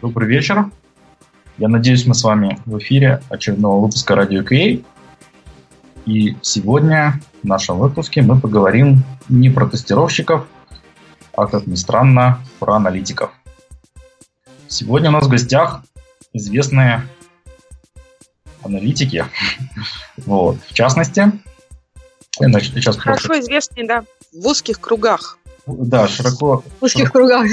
Добрый вечер. Я надеюсь, мы с вами в эфире очередного выпуска Радио QA. И сегодня в нашем выпуске мы поговорим не про тестировщиков, а, как ни странно, про аналитиков. Сегодня у нас в гостях известные аналитики. Вот. В частности, сейчас хорошо известные, да, в узких кругах. Да, широко. В узких кругах.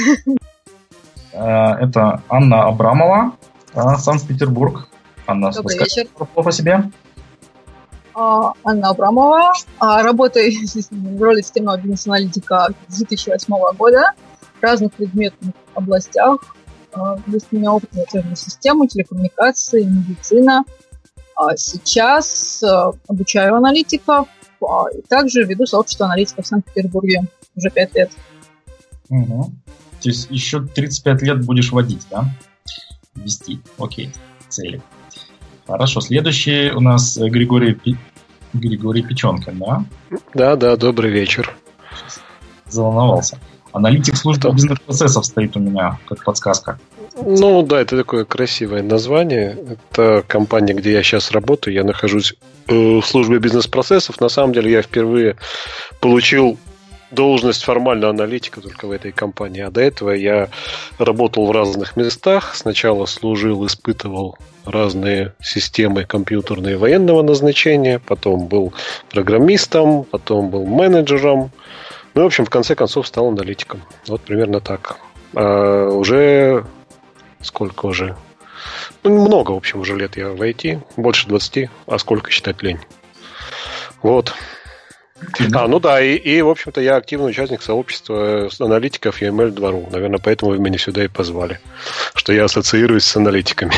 Это Анна Абрамова, Санкт-Петербург. Анна, добрый вечер. По себе. Анна Абрамова. Работаю в роли системного бизнес-аналитика с 2008 года в разных предметных областях. Есть у меня опыт в систему, телекоммуникации, медицина. Сейчас обучаю аналитиков и также веду сообщество аналитиков в Санкт-Петербурге уже 5 лет. Угу. То есть еще 35 лет будешь водить, да? Вести. Окей. Цели. Хорошо. Следующий у нас Григорий Печенкин, да? Да, добрый вечер. Заволновался. Аналитик службы бизнес-процессов стоит у меня, как подсказка. Ну да, это такое красивое название. Это компания, где я сейчас работаю. Я нахожусь в службе бизнес-процессов. На самом деле я впервые получил должность формального аналитика только в этой компании. А до этого я работал в разных местах. Сначала служил, испытывал разные системы компьютерные военного назначения. Потом был программистом, потом был менеджером. Ну, в общем, в конце концов стал аналитиком. Вот примерно так. Уже сколько уже? Ну, много, в общем, уже лет я в IT. Больше 20. А сколько считать лень? Вот. Ну да, и, в общем-то, я активный участник сообщества аналитиков EML2.ru. Наверное, поэтому вы меня сюда и позвали. Что я ассоциируюсь с аналитиками.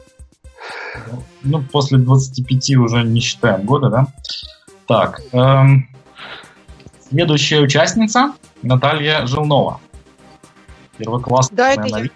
Ну, после 25 уже не считаем года, да? Так. Следующая участница Наталья Желнова. Первоклассная аналитик.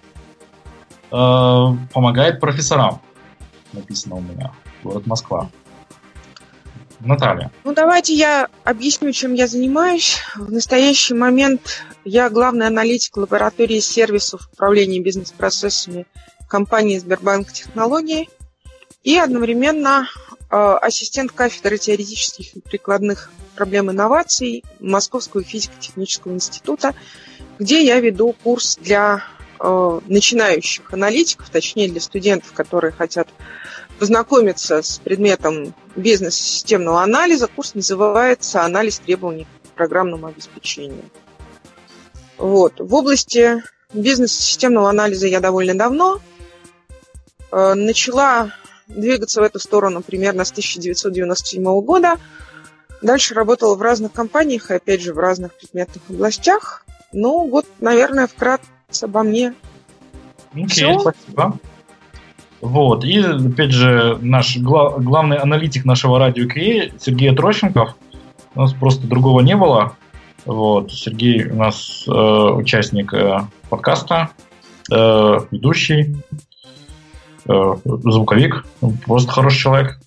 Помогает профессорам. Написано у меня. Город Москва. Наталья. Ну, давайте я объясню, чем я занимаюсь. В настоящий момент я главный аналитик лаборатории сервисов управления бизнес-процессами компании Сбербанк Технологии и одновременно ассистент кафедры теоретических и прикладных проблем инноваций Московского физико-технического института, где я веду курс для начинающих аналитиков, точнее для студентов, которые хотят познакомиться с предметом бизнес-системного анализа. Курс называется «Анализ требований к программному обеспечению». Вот. В области бизнес-системного анализа я довольно давно. Начала двигаться в эту сторону примерно с 1997 года. Дальше работала в разных компаниях и, опять же, в разных предметных областях. Ну, вот, наверное, вкратце обо мне. Окей, спасибо. Вот, и, опять же, наш главный аналитик нашего радио QA Сергей Трощенков. У нас просто другого не было. Вот, Сергей у нас участник подкаста, ведущий, звуковик, просто хороший человек.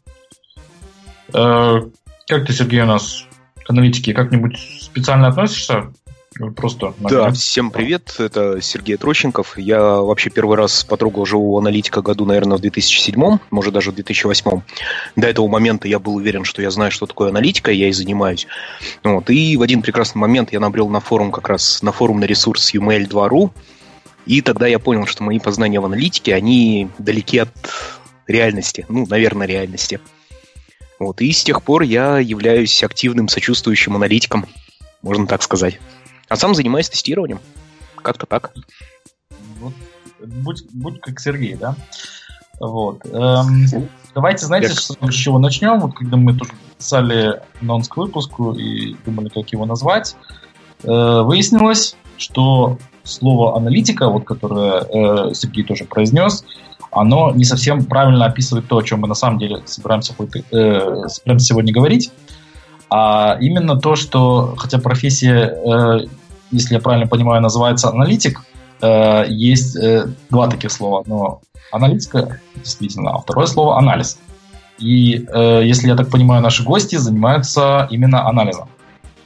Как ты, Сергей, у нас к аналитике как-нибудь специально относишься? Просто да, всем привет, это Сергей Трощенков. Я вообще первый раз потрогал живого аналитика году, наверное, в 2007, может даже в 2008. До этого момента я был уверен, что я знаю, что такое аналитика, я и занимаюсь. Вот. И в один прекрасный момент я набрел на форум, как раз на форум, на ресурс EML2.ru. И тогда я понял, что мои познания в аналитике, они далеки от реальности. Ну, наверное, реальности. Вот. И с тех пор я являюсь активным, сочувствующим аналитиком, можно так сказать. А сам занимаюсь тестированием. Как-то так. Вот, будь как Сергей, да? Вот. Давайте, знаете, с чего начнем? Вот когда мы тоже писали анонс к выпуску и думали, как его назвать, выяснилось, что слово аналитика, вот которое Сергей тоже произнес, оно не совсем правильно описывает то, о чем мы на самом деле собираемся сегодня говорить. А именно то, что, хотя профессия, если я правильно понимаю, называется аналитик, есть два таких слова. Но аналитика действительно, а второе слово анализ. И, если я так понимаю, наши гости занимаются именно анализом.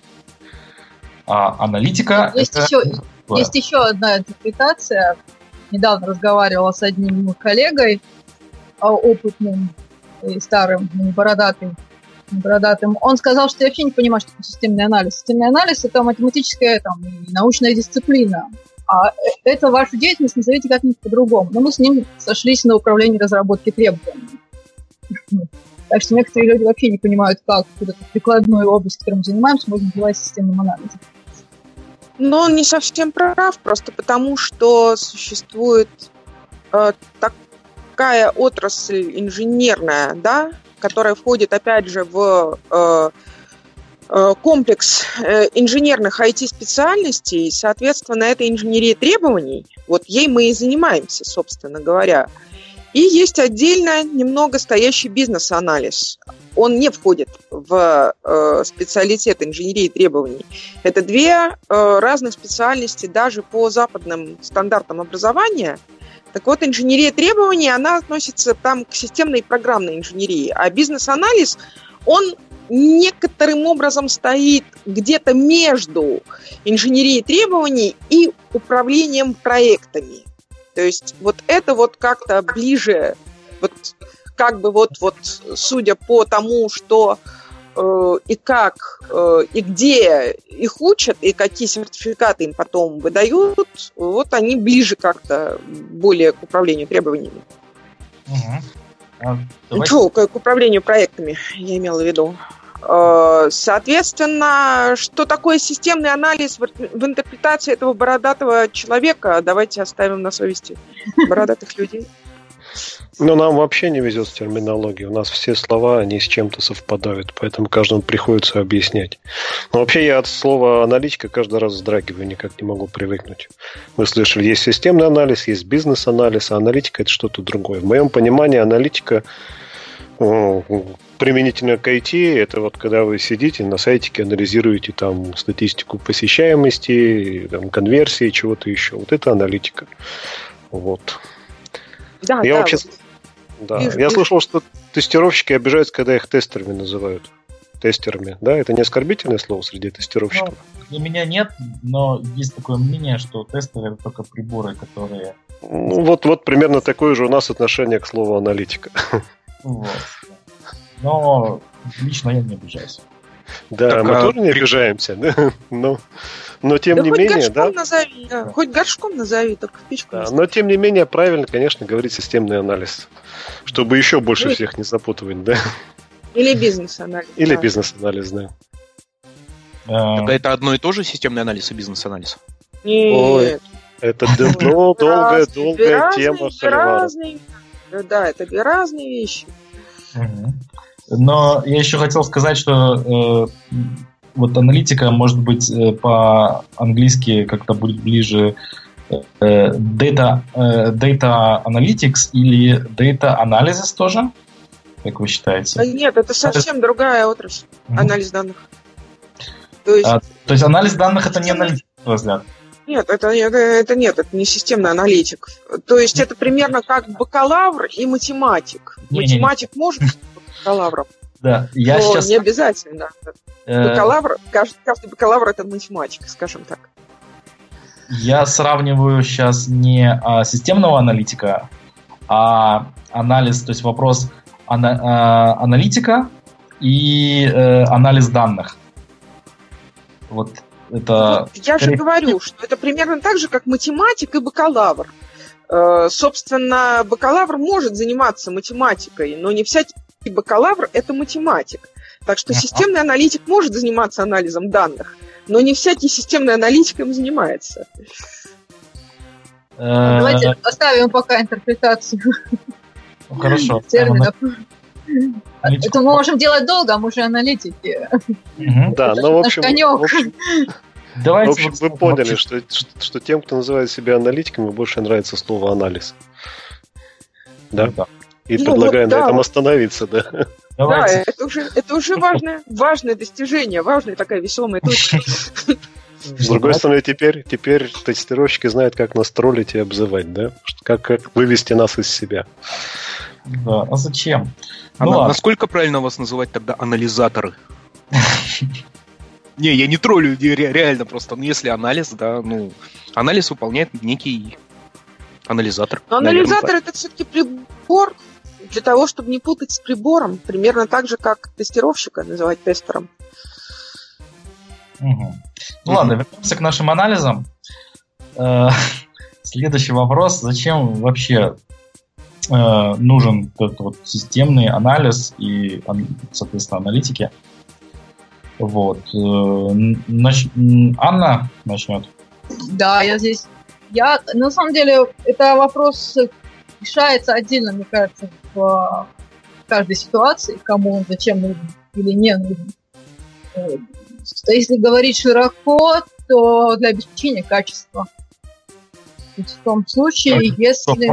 А аналитика... Есть еще одна интерпретация недавно разговаривала с одним коллегой, опытным и старым, бородатым. Он сказал, что я вообще не понимаю, что такое системный анализ. Системный анализ – это математическая и научная дисциплина. А это вашу деятельность назовите как-нибудь по-другому. Но мы с ним сошлись на управлении разработки требований. Так что некоторые люди вообще не понимают, как в эту прикладную область, которой мы занимаемся, можно называть системным анализом. Но он не совсем прав, просто потому что существует такая отрасль инженерная, да, которая входит, опять же, в комплекс инженерных IT-специальностей, соответственно, это инженерия требований, вот ей мы и занимаемся, собственно говоря. И есть отдельно немного стоящий бизнес-анализ. Он не входит в специалитет инженерии требований. Это две разных специальности даже по западным стандартам образования. Так вот, инженерия требований, она относится там к системной и программной инженерии, а бизнес-анализ, он некоторым образом стоит где-то между инженерией требований и управлением проектами. То есть вот это вот как-то ближе, вот как бы вот судя по тому, что и как, и где их учат, и какие сертификаты им потом выдают, вот они ближе как-то более к управлению требованиями. К управлению проектами, я имела в виду. Соответственно, что такое системный анализ в интерпретации этого бородатого человека, давайте оставим на совести бородатых людей. Но нам вообще не везет с терминологией. У нас все слова, они с чем-то совпадают, поэтому каждому приходится объяснять. Но вообще я от слова аналитика каждый раз вздрагиваю, никак не могу привыкнуть. Вы слышали, есть системный анализ, есть бизнес-анализ, а аналитика – это что-то другое. В моем понимании аналитика применительно к IT, это вот когда вы сидите на сайтике, анализируете там статистику посещаемости, там, конверсии, чего-то еще. Вот это аналитика. Вот. Да, я да, вообще... Да. Я слышал, что тестировщики обижаются, когда их тестерами называют. Тестерами. Да, это не оскорбительное слово среди тестировщиков? Для меня нет, но есть такое мнение, что тестеры это только приборы, которые... Вот примерно такое же у нас отношение к слову аналитика. Вот. Но лично я не обижаюсь. Да, так, мы тоже не обижаемся, да? Но тем не менее, да? Назови, да. Хоть горшком назови, только в печку. Да, но тем не менее, правильно, конечно, говорить системный анализ, чтобы еще больше всех не запутывать, да? Или бизнес-анализ. Или бизнес-анализ, да. Так это одно и то же, системный анализ и бизнес-анализ? Нет. Ой, это долгая тема. Да, это две разные вещи. Но я еще хотел сказать, что вот аналитика, может быть, по-английски как-то будет ближе data analytics или data analysis тоже, как вы считаете? Нет, это совсем другая отрасль, анализ данных. То есть анализ данных это не аналитика, на твой взгляд? Нет, это не системный аналитик. То есть это примерно как бакалавр и математик. Математик может быть бакалавром, да, но сейчас... не обязательно. Бакалавр, каждый бакалавр это математик, скажем так. Я сравниваю сейчас не системного аналитика, а анализ, то есть вопрос аналитика и анализ данных. Вот это... Я же говорю, что это примерно так же, как математик и бакалавр. Собственно, бакалавр может заниматься математикой, но не всякий бакалавр – это математик. Так что системный аналитик может заниматься анализом данных, но не всякий системный аналитик им занимается. Давайте оставим пока интерпретацию терминов. Это мы можем делать долго, а мы же аналитики. Да, ну, в общем, давайте вы поняли, что тем, кто называет себя аналитиками, больше нравится слово «анализ». Да? И предлагаю на этом остановиться, да. Да, это уже важное достижение, важная такая весомая точка. С другой стороны, теперь тестировщики знают, как нас троллить и обзывать, да? Как вывести нас из себя. Да, а зачем? Насколько правильно вас называть тогда анализаторы? Не, я не троллю, реально просто. Если анализ, да, анализ выполняет некий Анализатор. Но анализатор это все-таки прибор для того, чтобы не путать с прибором. Примерно так же, как тестировщика называть тестером. Угу. Ну ладно, вернемся к нашим анализам. Следующий вопрос. Зачем вообще нужен этот вот системный анализ и, соответственно, аналитики? Вот. Анна начнет. Да, я здесь. На самом деле, это вопрос решается отдельно, мне кажется, в каждой ситуации, кому он зачем нужен или не нужен. Если говорить широко, то для обеспечения качества. В том случае, если...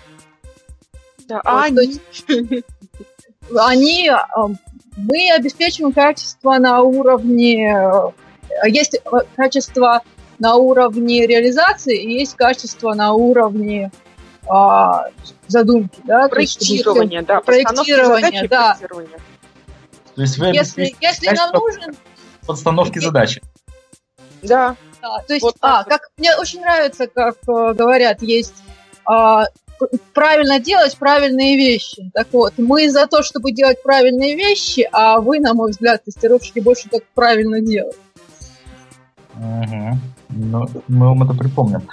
Мы обеспечиваем качество на уровне... Есть качество на уровне реализации и есть качество на уровне задумки. Да? Проектирование, да. Проектирование, да. То есть вы если нам нужен... Подстановки задачи. Да. То есть, как мне очень нравится, как говорят, есть правильно делать правильные вещи. Так вот, мы за то, чтобы делать правильные вещи, а вы, на мой взгляд, тестировщики, больше так правильно делать. Угу. Ну, мы вам это припомним.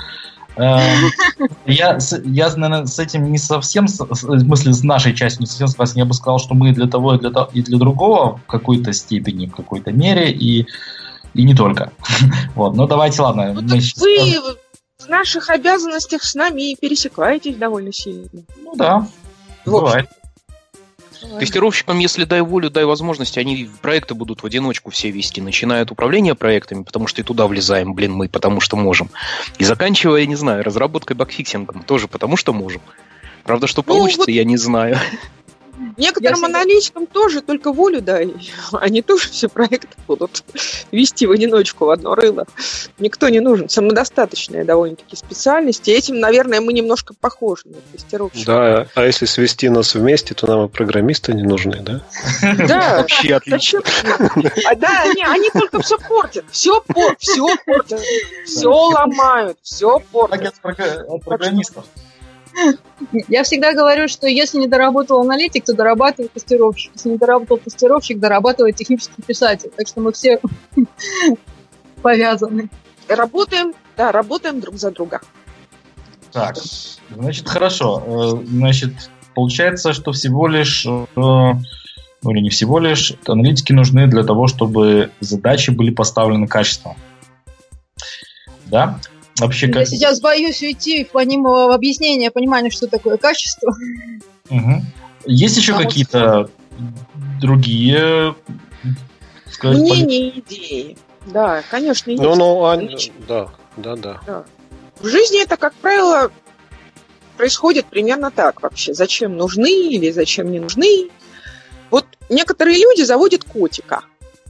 Я, наверное, с этим не совсем, в смысле, с нашей частью не совсем согласен. Я бы сказал, что мы для того и для другого в какой-то степени, в какой-то мере, и не только. Вот, ну давайте, ладно. Вы в наших обязанностях с нами пересекаетесь довольно сильно. Ну да, бывает. Тестировщикам, если дай волю, дай возможности, они проекты будут в одиночку все вести. Начиная от управления проектами, потому что и туда влезаем, мы потому что можем. И заканчивая, не знаю, разработкой багфиксингом, тоже потому что можем. Правда, что получится, я не знаю. Некоторым аналитикам тоже только волю дай. Они тоже все проекты будут вести в одиночку, в одно рыло. Никто не нужен. Самодостаточная довольно-таки специальность. И этим, наверное, мы немножко похожи на тестировщиков. Да, а если свести нас вместе, то нам и программисты не нужны, да? Да. Вообще отлично. Да, они только все портят. Все портят. Все ломают. Все портят. От программистов. Я всегда говорю, что если не доработал аналитик, то дорабатывает тестировщик. Если не доработал тестировщик, дорабатывает технический писатель. Так что мы все повязаны. Работаем друг за друга. Так, значит, хорошо. Значит, получается, что всего лишь, или не всего лишь, аналитики нужны для того, чтобы задачи были поставлены качественно. Да? Вообще, я сейчас боюсь уйти в объяснение, понимание, что такое качество. Угу. Есть еще какие-то другие мнения, идеи? Да, конечно, есть. Да. В жизни это, как правило, происходит примерно так вообще. Зачем нужны или зачем не нужны? Вот некоторые люди заводят котика.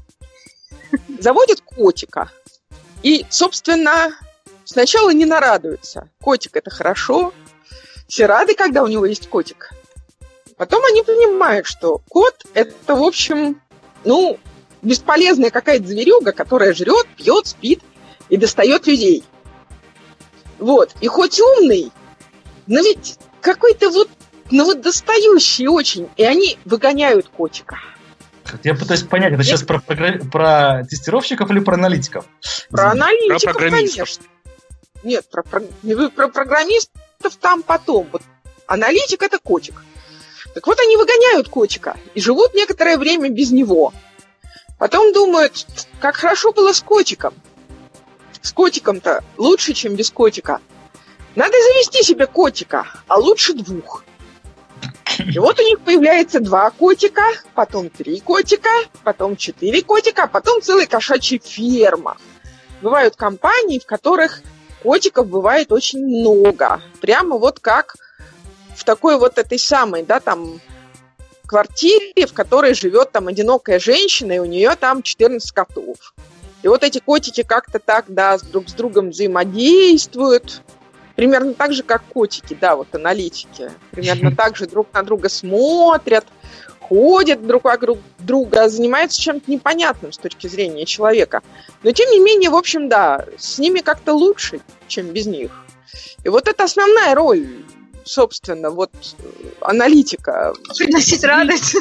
И, собственно... Сначала не нарадуются. Котик – это хорошо. Все рады, когда у него есть котик. Потом они понимают, что кот – это, в общем, бесполезная какая-то зверюга, которая жрет, пьет, спит и достает людей. Вот. И хоть умный, но ведь какой-то достающий очень. И они выгоняют котика. Я пытаюсь понять, это сейчас про тестировщиков или про аналитиков? Про аналитиков, конечно. Нет, про программистов там потом. Вот аналитик – это котик. Так вот, они выгоняют котика и живут некоторое время без него. Потом думают, как хорошо было с котиком. С котиком-то лучше, чем без котика. Надо завести себе котика, а лучше 2. И вот у них появляется 2 котика, потом 3 котика, потом 4 котика, а потом целая кошачья ферма. Бывают компании, в которых котиков бывает очень много. Прямо вот как в такой вот этой самой, квартире, в которой живет там одинокая женщина, и у нее там 14 котов. И вот эти котики как-то так, друг с другом взаимодействуют. Примерно так же, как котики, аналитики. Примерно так же друг на друга смотрят, ходят друг вокруг друга, занимаются чем-то непонятным с точки зрения человека. Но, тем не менее, в общем, с ними как-то лучше, чем без них. И вот это основная роль, собственно, вот аналитика. Приносить радость.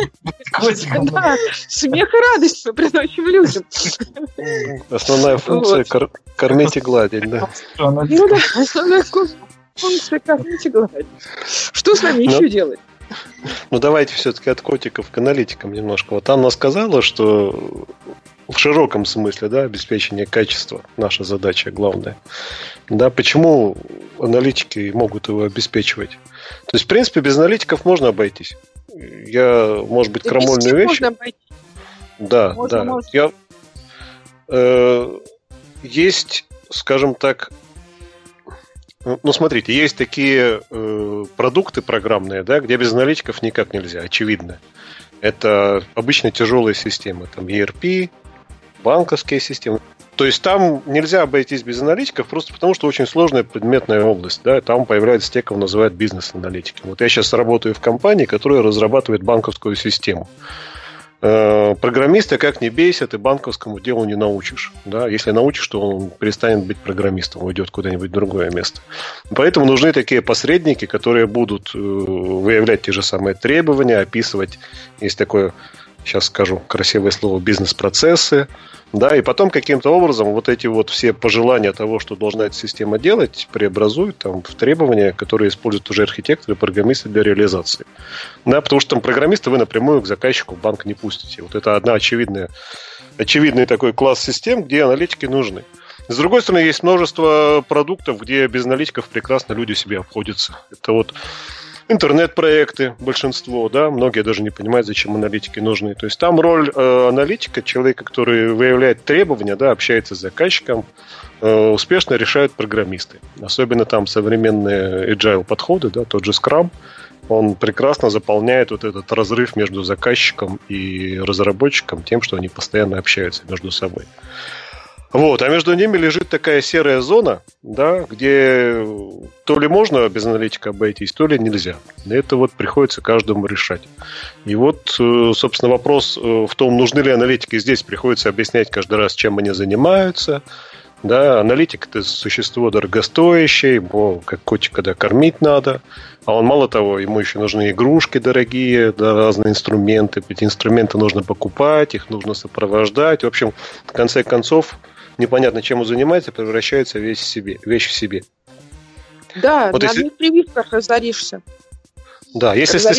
Да, смех и радость мы приносим людям. Основная функция – кормить и гладить, да. Ну да, основная функция – кормить и гладить. Что с нами еще делать? Ну, давайте все-таки от котиков к аналитикам немножко. Вот Анна сказала, что в широком смысле, да, обеспечение качества – наша задача главная. Да, почему аналитики могут его обеспечивать? То есть, в принципе, без аналитиков можно обойтись. Я, может быть, крамольную вещь. Можно обойтись. Да, можно, да. Можно. Есть, скажем так, ну, смотрите, есть такие продукты программные, да, где без аналитиков никак нельзя, очевидно. Это обычно тяжелые системы, там ERP, банковские системы. То есть там нельзя обойтись без аналитиков, просто потому что очень сложная предметная область. Да? Там появляются те, кого называют бизнес-аналитики. Вот я сейчас работаю в компании, которая разрабатывает банковскую систему. Программиста как ни бейся, ты банковскому делу не научишь. Да? Если научишь, то он перестанет быть программистом, уйдет куда-нибудь в другое место. Поэтому нужны такие посредники, которые будут выявлять те же самые требования, описывать, есть такое, сейчас скажу красивое слово, бизнес-процессы. Да, и потом каким-то образом вот эти вот все пожелания того, что должна эта система делать, преобразуют там в требования, которые используют уже архитекторы, программисты для реализации. Да, потому что там программиста вы напрямую к заказчику в банк не пустите. Вот это одна очевидный такой класс систем, где аналитики нужны. С другой стороны, есть множество продуктов, где без аналитиков прекрасно люди себе обходятся. Это вот интернет-проекты, большинство, да, многие даже не понимают, зачем аналитики нужны. То есть там роль аналитика, человека, который выявляет требования, да, общается с заказчиком, успешно решают программисты. Особенно там современные agile подходы, да, тот же Scrum, он прекрасно заполняет вот этот разрыв между заказчиком и разработчиком тем, что они постоянно общаются между собой. Вот, а между ними лежит такая серая зона, да, где то ли можно без аналитика обойтись, то ли нельзя. И это вот приходится каждому решать. И вот, собственно, вопрос в том, нужны ли аналитики. Здесь приходится объяснять каждый раз, чем они занимаются. Да, аналитик – это существо дорогостоящее, его как котика, да, кормить надо. А он, мало того, ему еще нужны игрушки дорогие, да, разные инструменты. Эти инструменты нужно покупать, их нужно сопровождать. В общем, в конце концов, непонятно, чем он занимается, превращается вещь в себе. Да, вот на одних прививках разоришься. Да, если с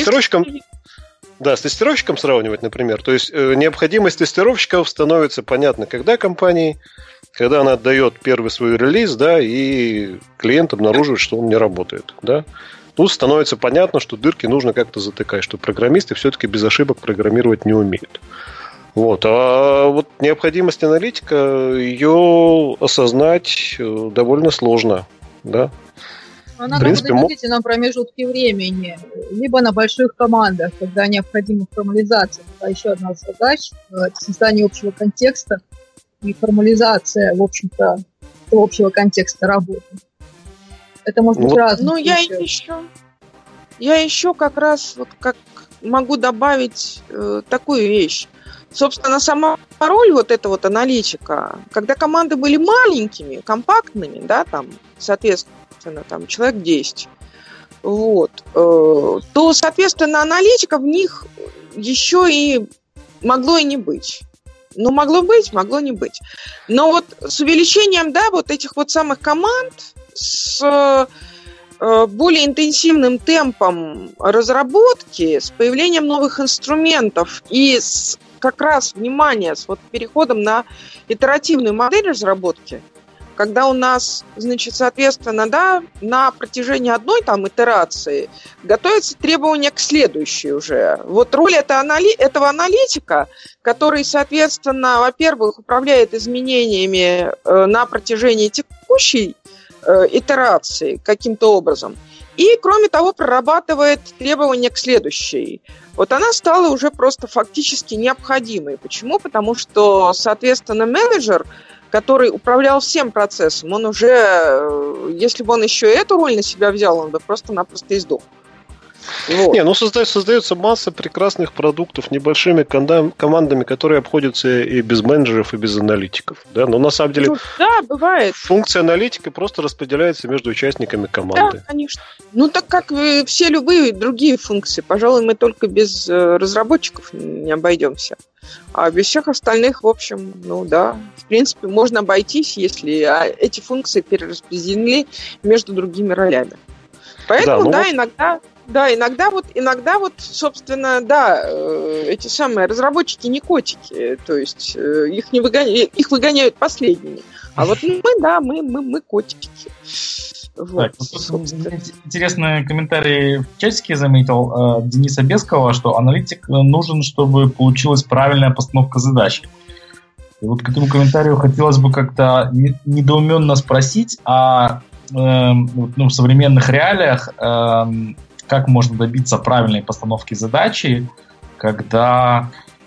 тестировщиком сравнивать, например, то есть необходимость тестировщиков становится понятна, когда компании, когда она отдает первый свой релиз, да, и клиент обнаруживает, что он не работает, да. Тут становится понятно, что дырки нужно как-то затыкать, что программисты все-таки без ошибок программировать не умеют. Вот. А вот необходимость аналитика, ее осознать довольно сложно. Да? Она на длительном промежутке времени, либо на больших командах, когда необходима формализация. Это еще одна из задач – создание общего контекста и формализация, в общем-то, общего контекста работы. Это может быть разное. Ну, я еще как раз вот как могу добавить такую вещь. Собственно, сама роль вот этого вот аналитика, когда команды были маленькими, компактными, да, там, соответственно, там, человек 10, вот, то, соответственно, аналитика в них еще и могло и не быть. Ну, могло быть, могло не быть. Но вот с увеличением, да, вот этих вот самых команд, с более интенсивным темпом разработки, с появлением новых инструментов и с как раз, внимание, с вот переходом на итеративную модель разработки, когда у нас, значит, соответственно, да, на протяжении одной там итерации готовятся требования к следующей уже. Вот роль этого аналитика, который, соответственно, во-первых, управляет изменениями на протяжении текущей итерации каким-то образом, и, кроме того, прорабатывает требования к следующей. Вот она стала уже просто фактически необходимой. Почему? Потому что, соответственно, менеджер, который управлял всем процессом, он уже, если бы он еще эту роль на себя взял, он бы просто-напросто издох. Вот. Не, ну создается масса прекрасных продуктов небольшими командами, которые обходятся и без менеджеров, и без аналитиков. Да? Но на самом деле да, бывает. Функция аналитика просто распределяется между участниками команды. Да, конечно. Ну, так как все любые другие функции. Пожалуй, мы только без разработчиков не обойдемся. А без всех остальных, в общем, ну да, в принципе, можно обойтись, если эти функции перераспределены между другими ролями. Поэтому, иногда вот, собственно, эти самые разработчики не котики, то есть их выгоняют последними. А вот мы котики. Вот, интересный комментарий в чатике заметил Дениса Бескова, что аналитик нужен, чтобы получилась правильная постановка задачи. И вот к этому комментарию хотелось бы как-то недоуменно спросить, в современных реалиях как можно добиться правильной постановки задачи, когда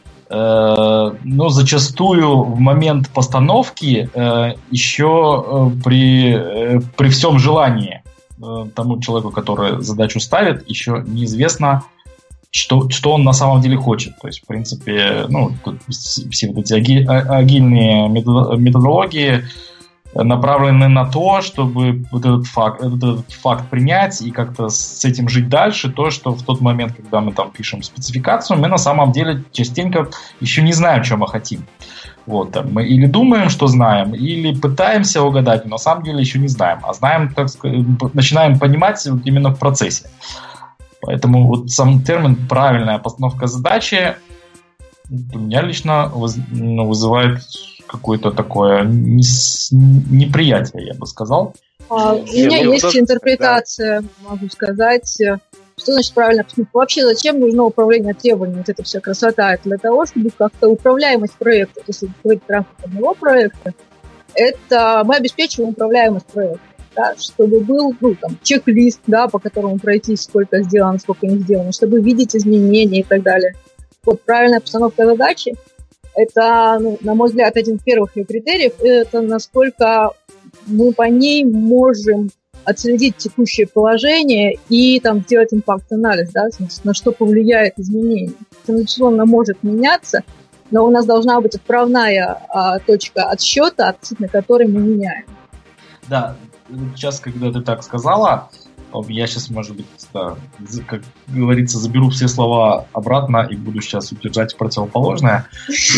зачастую в момент постановки еще при всем желании тому человеку, который задачу ставит, еще неизвестно, что он на самом деле хочет. То есть, в принципе, тут все вот эти агильные методологии направлены на то, чтобы вот этот факт принять и как-то с этим жить дальше. То, что в тот момент, когда мы там пишем спецификацию, мы на самом деле частенько еще не знаем, что мы хотим. Вот, мы или думаем, что знаем, или пытаемся угадать, но на самом деле еще не знаем. А знаем, так сказать, начинаем понимать вот именно в процессе. Поэтому вот сам термин «правильная постановка задачи» у меня лично вызывает какое-то такое неприятие, я бы сказал. У меня есть интерпретация, могу сказать, что значит правильно постановка. Вообще, зачем нужно управление требованиями? Вот эта вся красота. Это для того, чтобы как-то управляемость проекта, если говорить в рамках одного проекта, это мы обеспечиваем управляемость проекта. Да, чтобы был чек-лист, по которому пройтись, сколько сделано, сколько не сделано, чтобы видеть изменения и так далее. Вот правильная постановка задачи – это, на мой взгляд, один из первых ее критериев, это насколько мы по ней можем отследить текущее положение и сделать импакт-анализ, на что повлияет изменение. Традиционно может меняться, но у нас должна быть отправная точка отсчета, относительно которой мы меняем. Да, сейчас, когда ты так сказала, я сейчас, может быть, как говорится, заберу все слова обратно и буду сейчас утверждать противоположное.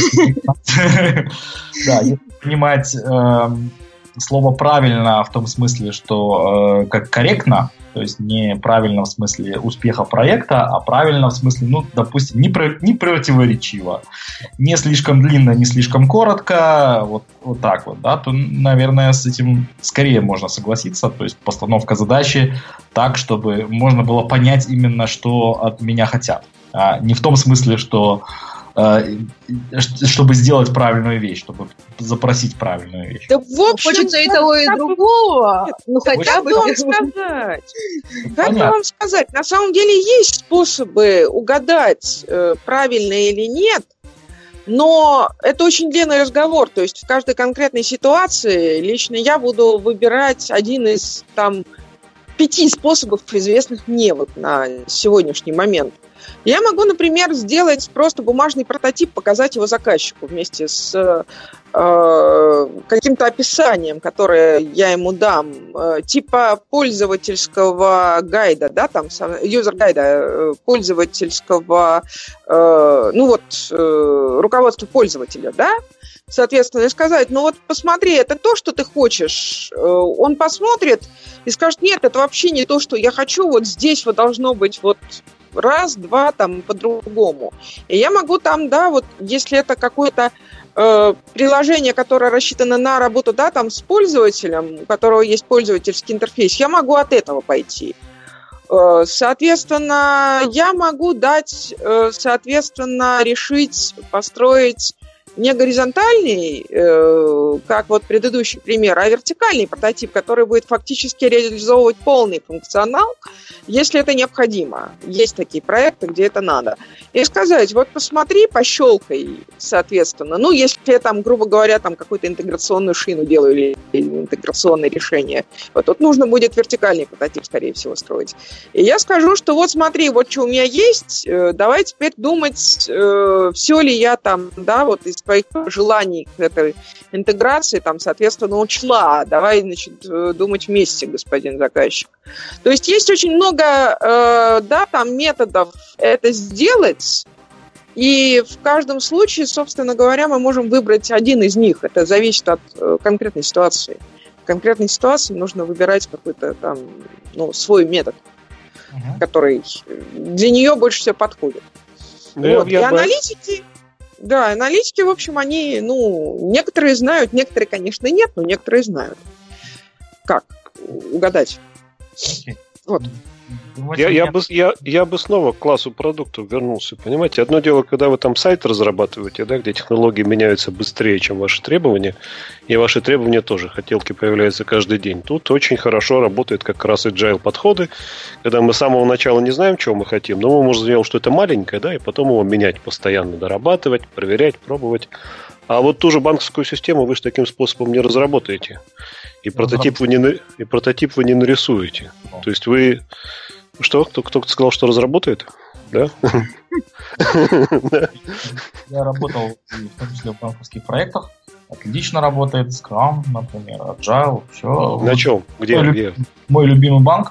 Да, если понимать слово «правильно» в том смысле, что как корректно, то есть не правильно в смысле успеха проекта, а правильно в смысле, допустим, не противоречиво, не слишком длинно, не слишком коротко, вот так вот, да, то, наверное, с этим скорее можно согласиться, то есть постановка задачи так, чтобы можно было понять именно, что от меня хотят. Не в том смысле, что чтобы сделать правильную вещь, чтобы запросить правильную вещь. Да, в общем, хочется и того, и другого. Хотя бы вам сказать. Как бы вам сказать, на самом деле есть способы угадать, правильно или нет, но это очень длинный разговор. То есть в каждой конкретной ситуации лично я буду выбирать один из 5 способов, известных мне на сегодняшний момент. Я могу, например, сделать просто бумажный прототип, показать его заказчику вместе с каким-то описанием, которое я ему дам, типа пользовательского гайда, юзер-гайда, пользовательского, руководства пользователя, да? Соответственно, и сказать, посмотри, это то, что ты хочешь. Он посмотрит и скажет, нет, это вообще не то, что я хочу, вот здесь должно быть раз, два, по-другому. И я могу если это какое-то приложение, которое рассчитано на работу, с пользователем, у которого есть пользовательский интерфейс, я могу от этого пойти. Соответственно, я могу решить, построить не горизонтальный, как вот предыдущий пример, а вертикальный прототип, который будет фактически реализовывать полный функционал, если это необходимо. Есть такие проекты, где это надо. И сказать, вот посмотри, пощелкай, соответственно. Ну, если я там, грубо говоря, там какую-то интеграционную шину делаю или интеграционное решение, вот тут нужно будет вертикальный прототип, скорее всего, строить. И я скажу, что вот смотри, вот что у меня есть, давай теперь думать, все ли я там, да, вот из своих желаний к этой интеграции, там, соответственно, учла. Давай, значит, думать вместе, господин заказчик. То есть есть очень много, да, там методов это сделать, и в каждом случае, собственно говоря, мы можем выбрать один из них. Это зависит от конкретной ситуации. В конкретной ситуации нужно выбирать какой-то там, ну, свой метод, который для нее больше всего подходит. Вот. И аналитики, да, аналитики, в общем, они, ну, некоторые знают, некоторые, конечно, нет, но некоторые знают. Как угадать? Вот. Я бы снова к классу продуктов вернулся. Понимаете, одно дело, когда вы там сайт разрабатываете, да, где технологии меняются быстрее, чем ваши требования, и ваши требования тоже, хотелки появляются каждый день. Тут очень хорошо работают как раз agile подходы, когда мы с самого начала не знаем, чего мы хотим, но мы можем сделать что-то маленькое, да, и потом его менять постоянно, дорабатывать, проверять, пробовать. А вот ту же банковскую систему вы же таким способом не разработаете. И прототип вы не нарисуете. То есть вы... Что? Кто-то сказал, что разработает? Да? Я работал в том числе в банковских проектах. Отлично работает Scrum, например, Agile. Все. На чем? Где? Мой любимый банк.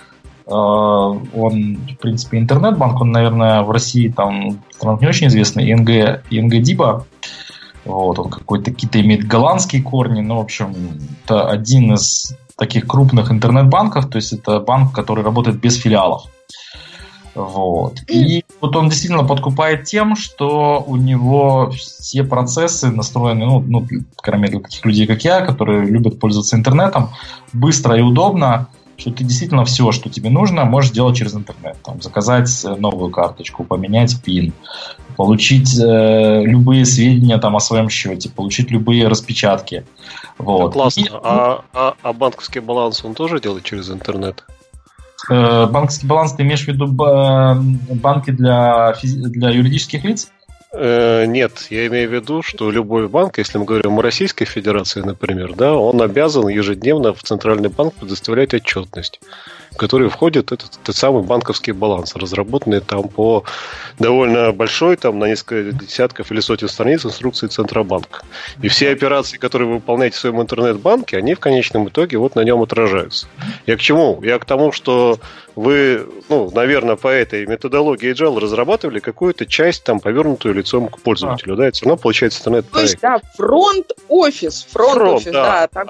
Он, в принципе, интернет-банк. Он, наверное, в России там не очень известный. ING DIBA. Вот, он какие-то имеет голландские корни, но, в общем, это один из таких крупных интернет-банков, то есть это банк, который работает без филиалов. Вот. И вот он действительно подкупает тем, что у него все процессы настроены, ну, по крайней мере, для таких людей, как я, которые любят пользоваться интернетом, быстро и удобно, что ты действительно все, что тебе нужно, можешь делать через интернет. Там, заказать новую карточку, поменять PIN, получить любые сведения там, о своем счете, получить любые распечатки. Вот. Классно. А банковский баланс он тоже делает через интернет? Банковский баланс, ты имеешь в виду банки для юридических лиц? Нет, я имею в виду, что любой банк, если мы говорим о Российской Федерации, например, да, он обязан ежедневно в Центральный банк предоставлять отчетность, в которой входит этот самый банковский баланс, разработанный там по довольно большой, там на несколько десятков или сотен страниц инструкции Центробанка. И все операции, которые вы выполняете в своем интернет-банке, они в конечном итоге вот на нем отражаются. Я к чему? Я к тому, что вы, ну, наверное, по этой методологии Agile разрабатывали какую-то часть, там, повернутую лицом к пользователю, да, это все равно получается интернет-проект. То есть, да, фронт-офис, да. Там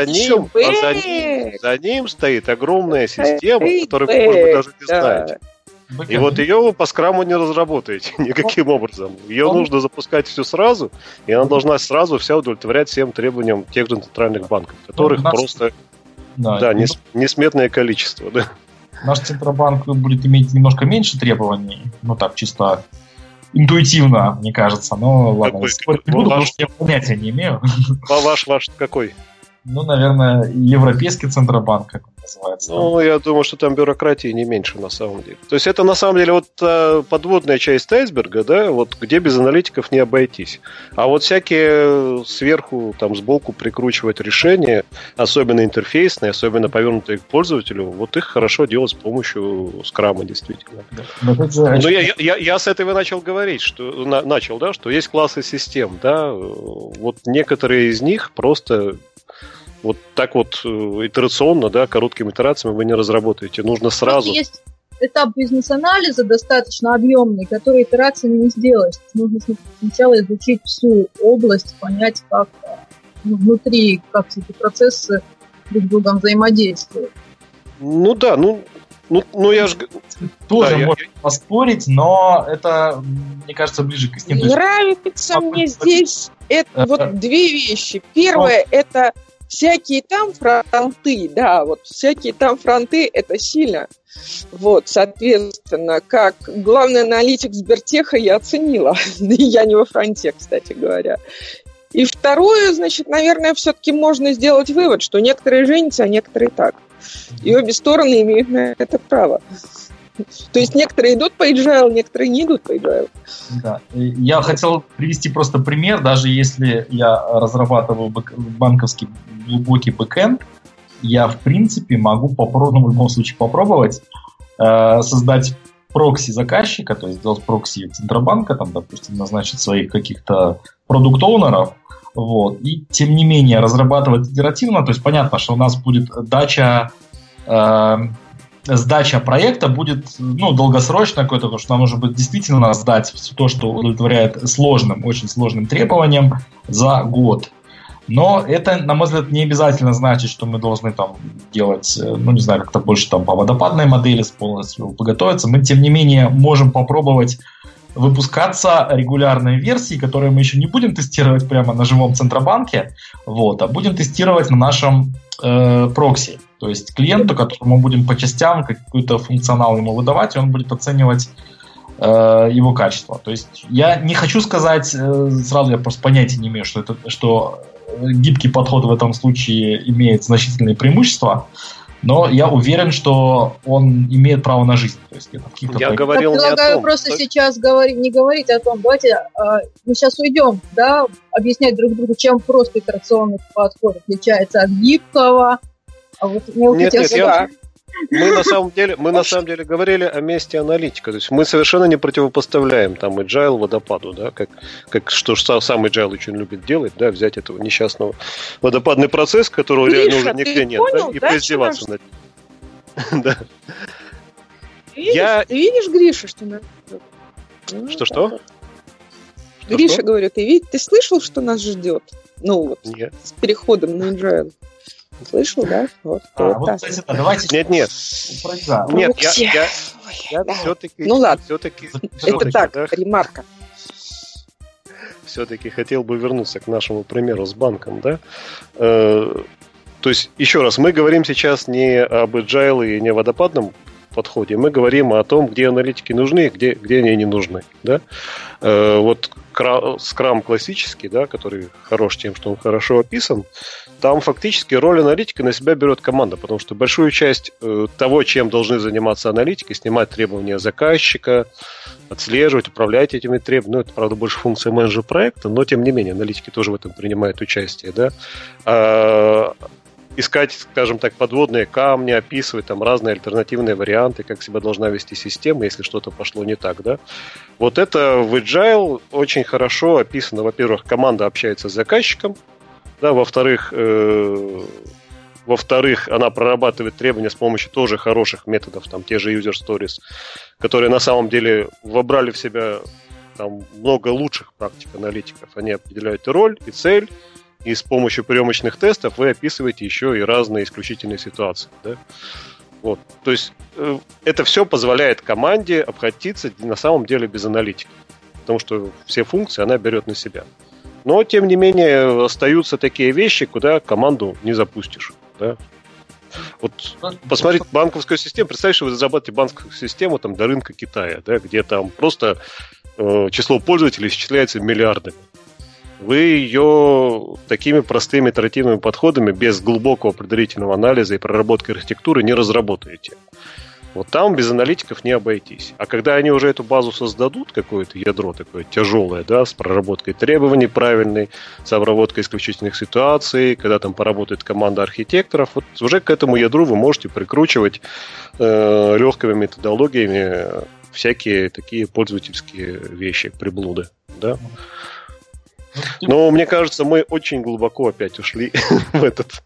за ним стоит огромная система, которую вы, может быть, даже не знаете. И вот ее вы по скраму не разработаете никаким образом. Ее нужно запускать все сразу, и она должна сразу вся удовлетворять всем требованиям тех же центральных банков, которых просто несметное количество, да. Наш Центробанк будет иметь немножко меньше требований, ну так, чисто интуитивно, мне кажется. Но ладно, спорить не буду, потому что я понятия не имею. Ваш какой? Ну, наверное, Европейский Центробанк, как он называется. Ну, я думаю, что там бюрократии не меньше, на самом деле. То есть это, на самом деле, вот подводная часть айсберга, да, вот где без аналитиков не обойтись. А вот всякие сверху, там, сбоку прикручивать решения, особенно интерфейсные, особенно повернутые к пользователю, вот их хорошо делать с помощью скрама, действительно. Но я с этого начал говорить, что есть классы систем, да, вот некоторые из них просто... Вот так вот итерационно, да, короткими итерациями вы не разработаете. Нужно сразу... Есть этап бизнес-анализа достаточно объемный, который итерациями не сделаешь. Нужно сначала изучить всю область, понять, как внутри, как все эти процессы друг с другом взаимодействуют. Ну да, я же... Тоже можно поспорить, но это, мне кажется, ближе к истине. Нравится мне здесь вот две вещи. Первое – это всякие там фронты, да, вот всякие там фронты – это сильно. Вот, соответственно, как главный аналитик Сбертеха я оценила. Я не во фронте, кстати говоря. И второе, значит, наверное, все-таки можно сделать вывод, что некоторые женятся, а некоторые так. И обе стороны имеют на это право. То есть некоторые идут по agile, некоторые не идут по agile. Да. Я хотел привести просто пример. Даже если я разрабатываю банковский глубокий бэкэнд, я, в принципе, могу в любом случае попробовать создать прокси заказчика, то есть сделать прокси Центробанка, там, допустим, назначить своих каких-то продукт-оунеров, вот, и, тем не менее, разрабатывать итеративно. То есть понятно, что у нас будет сдача проекта будет, долгосрочная какой-то, потому что нам нужно будет действительно сдать все то, что удовлетворяет очень сложным требованиям за год. Но это, на мой взгляд, не обязательно значит, что мы должны там делать, как-то больше там по водопадной модели полностью подготовиться. Мы, тем не менее, можем попробовать выпускаться регулярной версии, которые мы еще не будем тестировать прямо на живом Центробанке, а будем тестировать на нашем прокси. То есть клиенту, которому мы будем по частям какой-то функционал ему выдавать, и он будет оценивать его качество. То есть я не хочу сказать, сразу я просто понятия не имею, что гибкий подход в этом случае имеет значительные преимущества, но я уверен, что он имеет право на жизнь. То есть это я говорил не о том. Просто сейчас не говорить о том. Давайте мы сейчас уйдем, да, объяснять друг другу, чем просто итерационный подход отличается от гибкого. А вот мы на самом деле говорили о месте аналитика. То есть мы совершенно не противопоставляем там agile водопаду, да, как что сам agile очень любит делать, да, взять этого несчастного водопадный процесс, которого реально уже нигде нет, понял, да, и поиздеваться над ним. Да. Ты видишь, Гриша, что нас ждет? Что? Гриша, говорю, ты слышал, что нас ждет? Нет. С переходом на agile. Слышал, да? Кстати, давайте... Нет, я все-таки... ладно, это так, да? Ремарка. Все-таки хотел бы вернуться к нашему примеру с банком, да? То есть, еще раз, мы говорим сейчас не об agile и не о водопадном подходе, мы говорим о том, где аналитики нужны, где они не нужны, да? Вот Scrum классический, да, который хорош тем, что он хорошо описан, там фактически роль аналитика на себя берет команда, потому что большую часть того, чем должны заниматься аналитики, снимать требования заказчика, отслеживать, управлять этими требованиями. Это, правда, больше функция менеджера проекта, но, тем не менее, аналитики тоже в этом принимают участие, да. Искать, скажем так, подводные камни, описывать там разные альтернативные варианты, как себя должна вести система, если что-то пошло не так, да. Вот это в Agile очень хорошо описано. Во-первых, команда общается с заказчиком, да, во-вторых, она прорабатывает требования с помощью тоже хороших методов, там, те же user stories, которые на самом деле вобрали в себя там много лучших практик аналитиков. Они определяют и роль, и цель, и с помощью приемочных тестов вы описываете еще и разные исключительные ситуации. Да? Вот. То есть это все позволяет команде обходиться на самом деле без аналитики. Потому что все функции она берет на себя. Но, тем не менее, остаются такие вещи, куда команду не запустишь. Да? Вот посмотрите банковскую систему. Представьте, что вы разрабатываете банковскую систему там, до рынка Китая, да, где там просто число пользователей исчисляется миллиардами. Вы ее такими простыми итеративными подходами без глубокого предварительного анализа и проработки архитектуры не разработаете. Вот там без аналитиков не обойтись. А когда они уже эту базу создадут, какое-то ядро такое тяжелое, да, с проработкой требований правильной, с обработкой исключительных ситуаций, когда там поработает команда архитекторов, вот уже к этому ядру вы можете прикручивать легкими методологиями всякие такие пользовательские вещи, приблуды, да. Но мне кажется, мы очень глубоко опять ушли в этот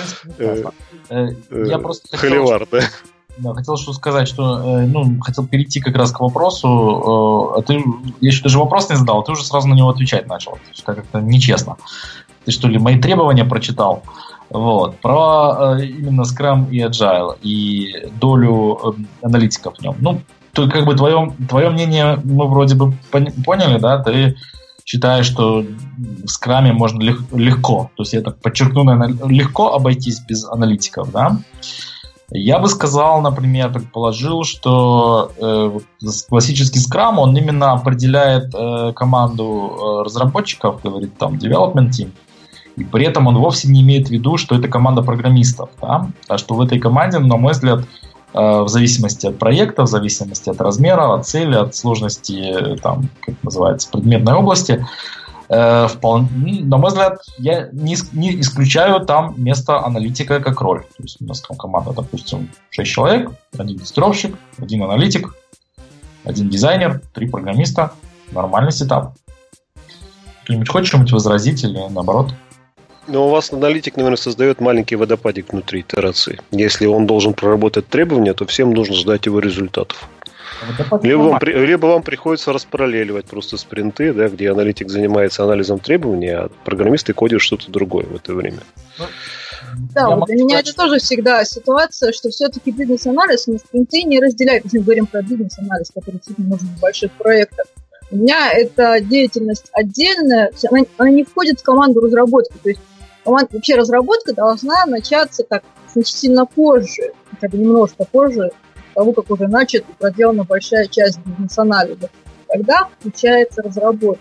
холивар, да. Да, хотел что сказать, что хотел перейти как раз к вопросу. Я еще даже вопрос не задал, а ты уже сразу на него отвечать начал. Что как-то нечестно. Ты что ли мои требования прочитал? Вот. Про именно Scrum и Agile и долю аналитиков в нем. То как бы твое мнение мы вроде бы поняли, да? Ты считаю, что в скраме можно легко, то есть я так подчеркну, наверное, легко обойтись без аналитиков, да. Я бы сказал, например, предположил, что классический скрам, он именно определяет команду разработчиков, говорит там development team, и при этом он вовсе не имеет в виду, что это команда программистов, да? А что в этой команде, на мой взгляд, в зависимости от проекта, в зависимости от размера, от цели, от сложности, там, как называется, предметной области, вполне, на мой взгляд, я не исключаю там место аналитика как роль. То есть у нас там команда, допустим, 6 человек, 1 тестировщик, 1 аналитик, 1 дизайнер, 3 программиста. Нормальный сетап. Кто-нибудь хочет что-нибудь возразить или наоборот? Но у вас аналитик, наверное, создает маленький водопадик внутри итерации. Если он должен проработать требования, то всем нужно ждать его результатов. Либо вам приходится распараллеливать просто спринты, да, где аналитик занимается анализом требований, а программисты кодят что-то другое в это время. Да, вот для меня это тоже всегда ситуация, что все-таки бизнес-анализ на спринты не разделяет. Если мы говорим про бизнес-анализ, который действительно нужен в больших проектах. У меня эта деятельность отдельная, она не входит в команду разработки. То есть вообще разработка должна начаться так значительно позже, хотя бы немножко позже, того, как уже начата и проделана большая часть бизнес-анализа. Тогда включается разработка.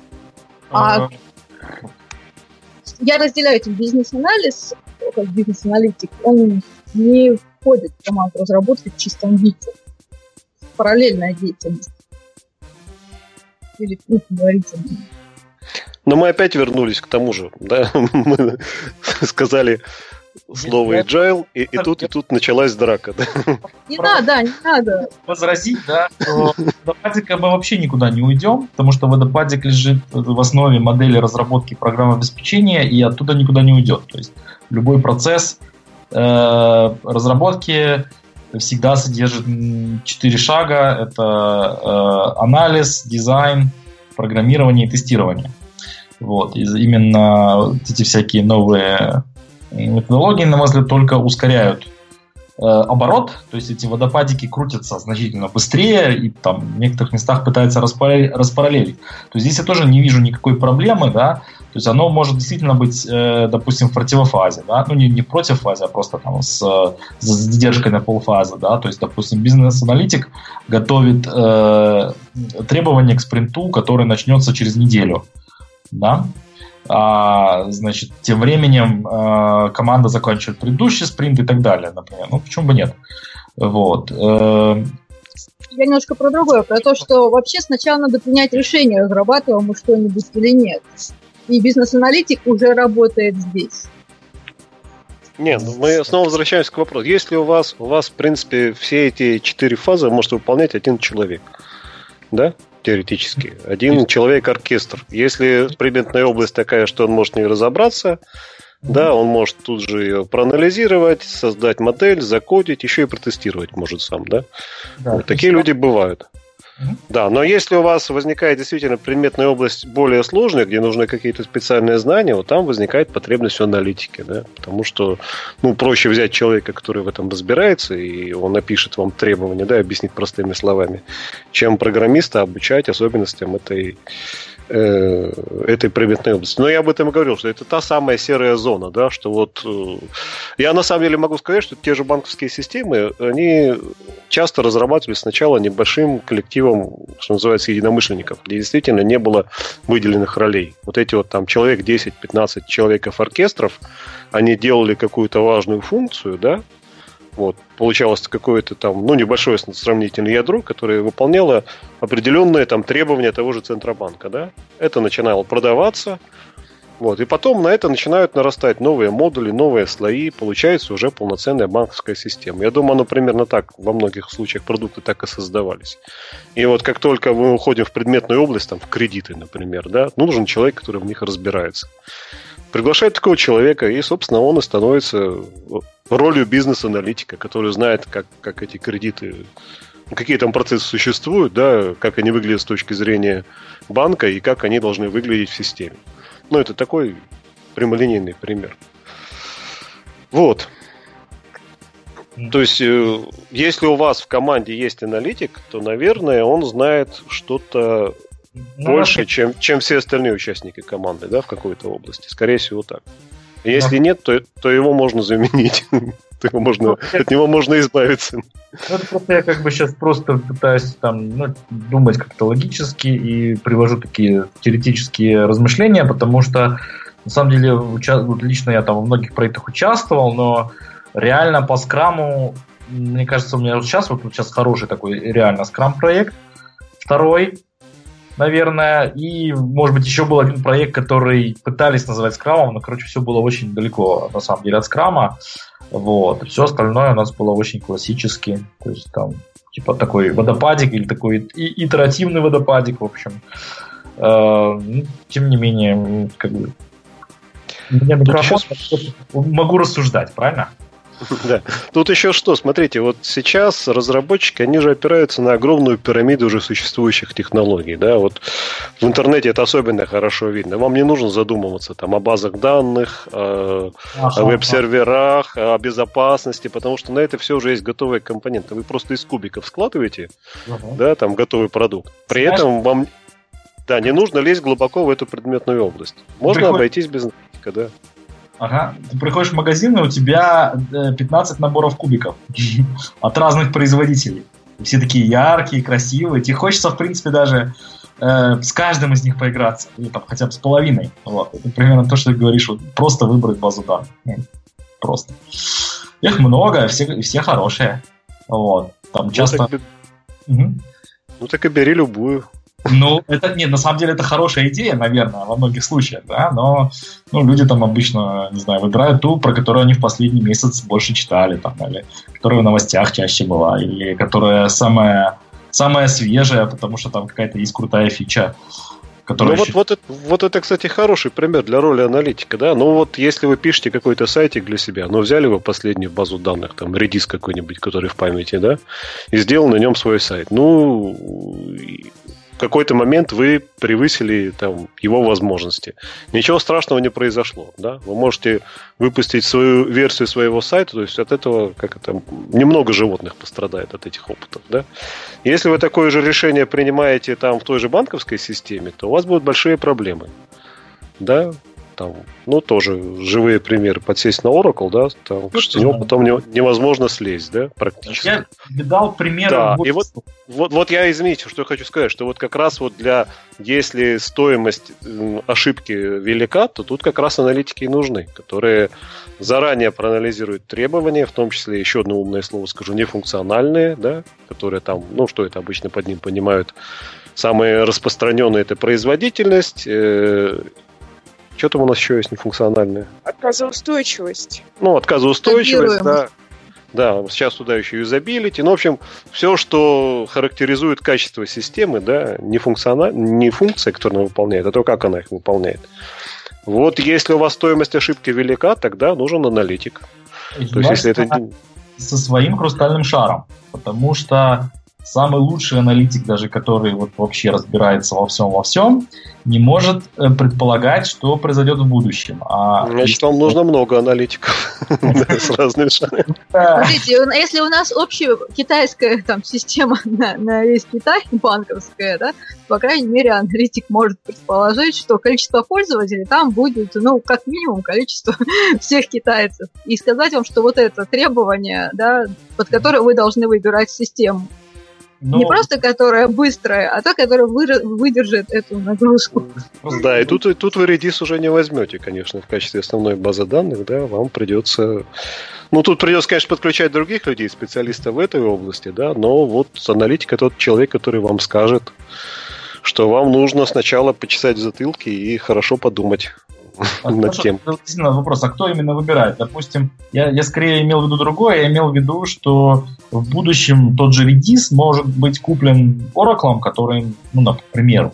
Я разделяю этот бизнес-анализ, как бизнес-аналитик, он не входит в команду разработки в чистом виде. Параллельная деятельность. Или, говорите. Но мы опять вернулись к тому же. Да? Мы сказали слово agile, и тут началась драка. Да? Не надо. Возразить, да, что водопадика мы вообще никуда не уйдем, потому что водопадик лежит в основе модели разработки программного обеспечения, и оттуда никуда не уйдет. То есть любой процесс разработки всегда содержит 4 шага. Это анализ, дизайн, программирование и тестирование. Вот. И именно эти всякие новые методологии, на мой взгляд, только ускоряют оборот, то есть эти водопадики крутятся значительно быстрее и там в некоторых местах пытаются распараллелить. То есть здесь я тоже не вижу никакой проблемы, да, то есть оно может действительно быть, допустим, в противофазе, да, ну не в противофазе, а просто там с задержкой на полфазы, да, то есть, допустим, бизнес-аналитик готовит требования к спринту, который начнется через неделю, да. Значит, тем временем команда заканчивает предыдущий спринт и так далее, например. Ну, почему бы нет? Вот. Я немножко про другое, про то, что вообще сначала надо принять решение, разрабатываем мы что-нибудь или нет. И бизнес-аналитик уже работает здесь. Нет, мы снова возвращаемся к вопросу. Если у вас, в принципе, все эти 4 фазы может выполнять один человек, да? Теоретически. Один человек-оркестр. Если предметная область такая, что он может в ней разобраться, да, он может тут же ее проанализировать, создать модель, закодить, еще и протестировать может сам, да? Вот такие люди бывают. Да, но если у вас возникает действительно предметная область более сложная, где нужны какие-то специальные знания, вот там возникает потребность в аналитике, да, потому что, проще взять человека, который в этом разбирается, и он напишет вам требования, да, объяснит простыми словами, чем программиста обучать особенностям этой предметной области. Но я об этом и говорил, что это та самая серая зона, да, что вот я на самом деле могу сказать, что те же банковские системы, они часто разрабатывались сначала небольшим коллективом, что называется, единомышленников, где действительно не было выделенных ролей. Вот эти вот там человек 10-15 человеков-оркестров, они делали какую-то важную функцию, да, вот, получалось какое-то там, небольшое сравнительное ядро, которое выполняло определенные там требования того же Центробанка, да. Это начинало продаваться, вот, и потом на это начинают нарастать новые модули, новые слои, получается уже полноценная банковская система. Я думаю, оно примерно так, во многих случаях продукты так и создавались. И вот как только мы уходим в предметную область, там, в кредиты, например, да, нужен человек, который в них разбирается. Приглашают такого человека, и, собственно, он и становится ролью бизнес-аналитика, который знает, как эти кредиты, какие там процессы существуют, да, как они выглядят с точки зрения банка и как они должны выглядеть в системе. Это такой прямолинейный пример. Вот. То есть, если у вас в команде есть аналитик, то, наверное, он знает что-то больше, чем все остальные участники команды, да, в какой-то области. Скорее всего, так. Если нет, то его можно заменить. От него можно избавиться. Это просто я как бы сейчас просто пытаюсь думать как-то логически и привожу такие теоретические размышления, потому что на самом деле лично я там во многих проектах участвовал, но реально по скраму, мне кажется, у меня сейчас хороший такой реально скрам-проект, второй, наверное, и, может быть, еще был один проект, который пытались называть скрамом, но, короче, все было очень далеко, на самом деле, от скрама, вот, и все остальное у нас было очень классически, то есть там, типа, такой водопадик или такой итеративный водопадик, в общем, тем не менее, как бы, у меня микрофон, могу рассуждать, правильно? Да. Тут еще что, смотрите, вот сейчас разработчики, они же опираются на огромную пирамиду уже существующих технологий, да, вот в интернете это особенно хорошо видно. Вам не нужно задумываться там о базах данных, о веб-серверах, о безопасности, потому что на это все уже есть готовые компоненты. Вы просто из кубиков складываете, да, там готовый продукт. При этом вам, да, не нужно лезть глубоко в эту предметную область. Можно обойтись без аналитика, да. Ага, ты приходишь в магазин, и у тебя 15 наборов кубиков от разных производителей. Все такие яркие, красивые. Тебе хочется, в принципе, даже с каждым из них поиграться. Или там хотя бы с половиной. Вот. Это примерно то, что ты говоришь. Вот, просто выбрать базу данных. Просто. Их много, все хорошие. Вот. Там часто... Ну так и бери любую. Ну, это нет, на самом деле это хорошая идея, наверное, во многих случаях, да, но люди там обычно, не знаю, выбирают ту, про которую они в последний месяц больше читали, там, или которая в новостях чаще была, или которая самая свежая, потому что там какая-то есть крутая фича. Ну, вот это, кстати, хороший пример для роли аналитика, да. Ну вот если вы пишете какой-то сайтик для себя, взяли вы последнюю базу данных, там Redis какой-нибудь, который в памяти, да, и сделал на нем свой сайт. В какой-то момент вы превысили там его возможности. Ничего страшного не произошло, да? Вы можете выпустить свою версию своего сайта, то есть от этого немного животных пострадает от этих опытов, да? Если вы такое же решение принимаете там в той же банковской системе, то у вас будут большие проблемы, да? Там, тоже живые примеры. Подсесть на Oracle, да, там, с него потом невозможно слезть, да, практически. Я видал примеры. Да, и вот я, извините, что я хочу сказать, что вот как раз вот если стоимость ошибки велика, то тут как раз аналитики и нужны, которые заранее проанализируют требования, в том числе, еще одно умное слово скажу, нефункциональные, да, которые там, что это обычно под ним понимают, самые распространенные — это производительность, что там у нас еще есть нефункциональное? Отказоустойчивость. Отказоустойчивость, да. Да, сейчас туда еще юзабилити. В общем, все, что характеризует качество системы, да, не функция, которую она выполняет, а то, как она их выполняет. Вот если у вас стоимость ошибки велика, тогда нужен аналитик. То есть, если это... Со своим хрустальным шаром. Потому что самый лучший аналитик, даже который вообще разбирается во всем, не может предполагать, что произойдет в будущем. Значит, вам нужно много аналитиков с разными шарами. Смотрите, если у нас общая китайская система на весь Китай, банковская, да, по крайней мере, аналитик может предположить, что количество пользователей там будет, как минимум, количество всех китайцев. И сказать вам, что вот это требование, да, под которое вы должны выбирать систему. Не просто которая быстрая, а та, которая выдержит эту нагрузку. Да, и тут вы Redis уже не возьмете, конечно, в качестве основной базы данных, да, вам придется... тут придется, конечно, подключать других людей, специалистов в этой области, да, но вот аналитик — это тот человек, который вам скажет, что вам нужно сначала почесать в затылке и хорошо подумать над тем. Действительно вопрос, а кто именно выбирает? Допустим, я скорее имел в виду другое, я имел в виду, что в будущем тот же Redis может быть куплен Oracle, который, например...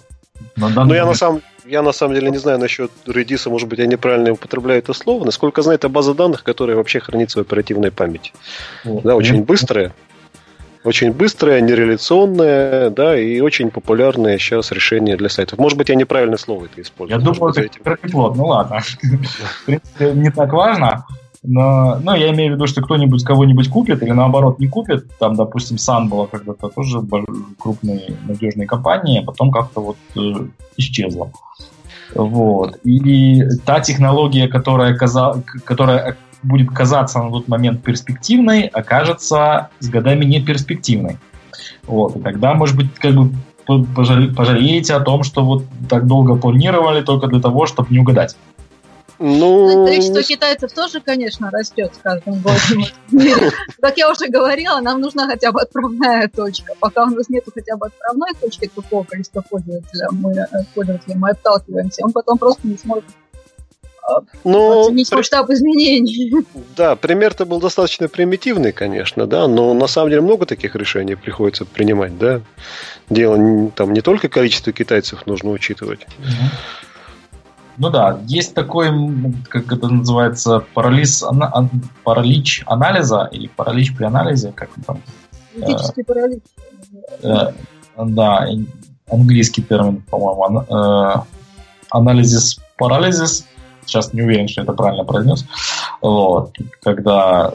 Я на самом деле не знаю насчет Redis, может быть, я неправильно употребляю это слово. Насколько я знаю, это база данных, которая вообще хранится в оперативной памяти. Да, очень быстрая. Очень быстрая, нереляционная, да, и очень популярное сейчас решение для сайтов. Может быть, я неправильное слово это использую. Я думаю, это кратеплод. Ладно. В принципе, не так важно. Но я имею в виду, что кто-нибудь кого-нибудь купит или наоборот не купит. Там, допустим, Sun была когда-то тоже крупные надежные компании, а потом как-то вот исчезла. Вот. И та технология, которая будет казаться на тот момент перспективной, окажется с годами не перспективной. Вот. И тогда, может быть, как бы пожалеете о том, что вот так долго планировали только для того, чтобы не угадать. Ну, количество китайцев тоже, конечно, растет с каждым годом в мире. Как я уже говорила, нам нужна хотя бы отправная точка. Пока у нас нет хотя бы отправной точки такого количества пользователей, мы отталкиваемся, он потом просто не сможет оценить масштаб изменений. Да, пример-то был достаточно примитивный, конечно, да, но на самом деле много таких решений приходится принимать, да. Дело там не только количество китайцев нужно учитывать. Ну да, есть такой, как это называется, паралич анализа или паралич при анализе, как там? Критический паралич. Да, английский термин, по-моему, анализис парализис. Сейчас не уверен, что это правильно произнес. Вот. Когда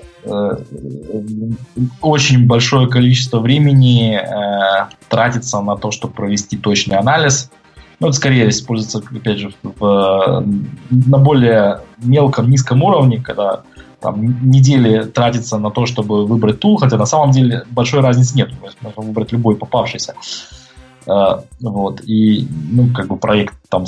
очень большое количество времени тратится на то, чтобы провести точный анализ. Ну, это скорее используется, опять же, на более мелком, низком уровне, когда там недели тратится на то, чтобы выбрать тул, хотя на самом деле большой разницы нет. То есть можно выбрать любой попавшийся. Вот. И, как бы проект там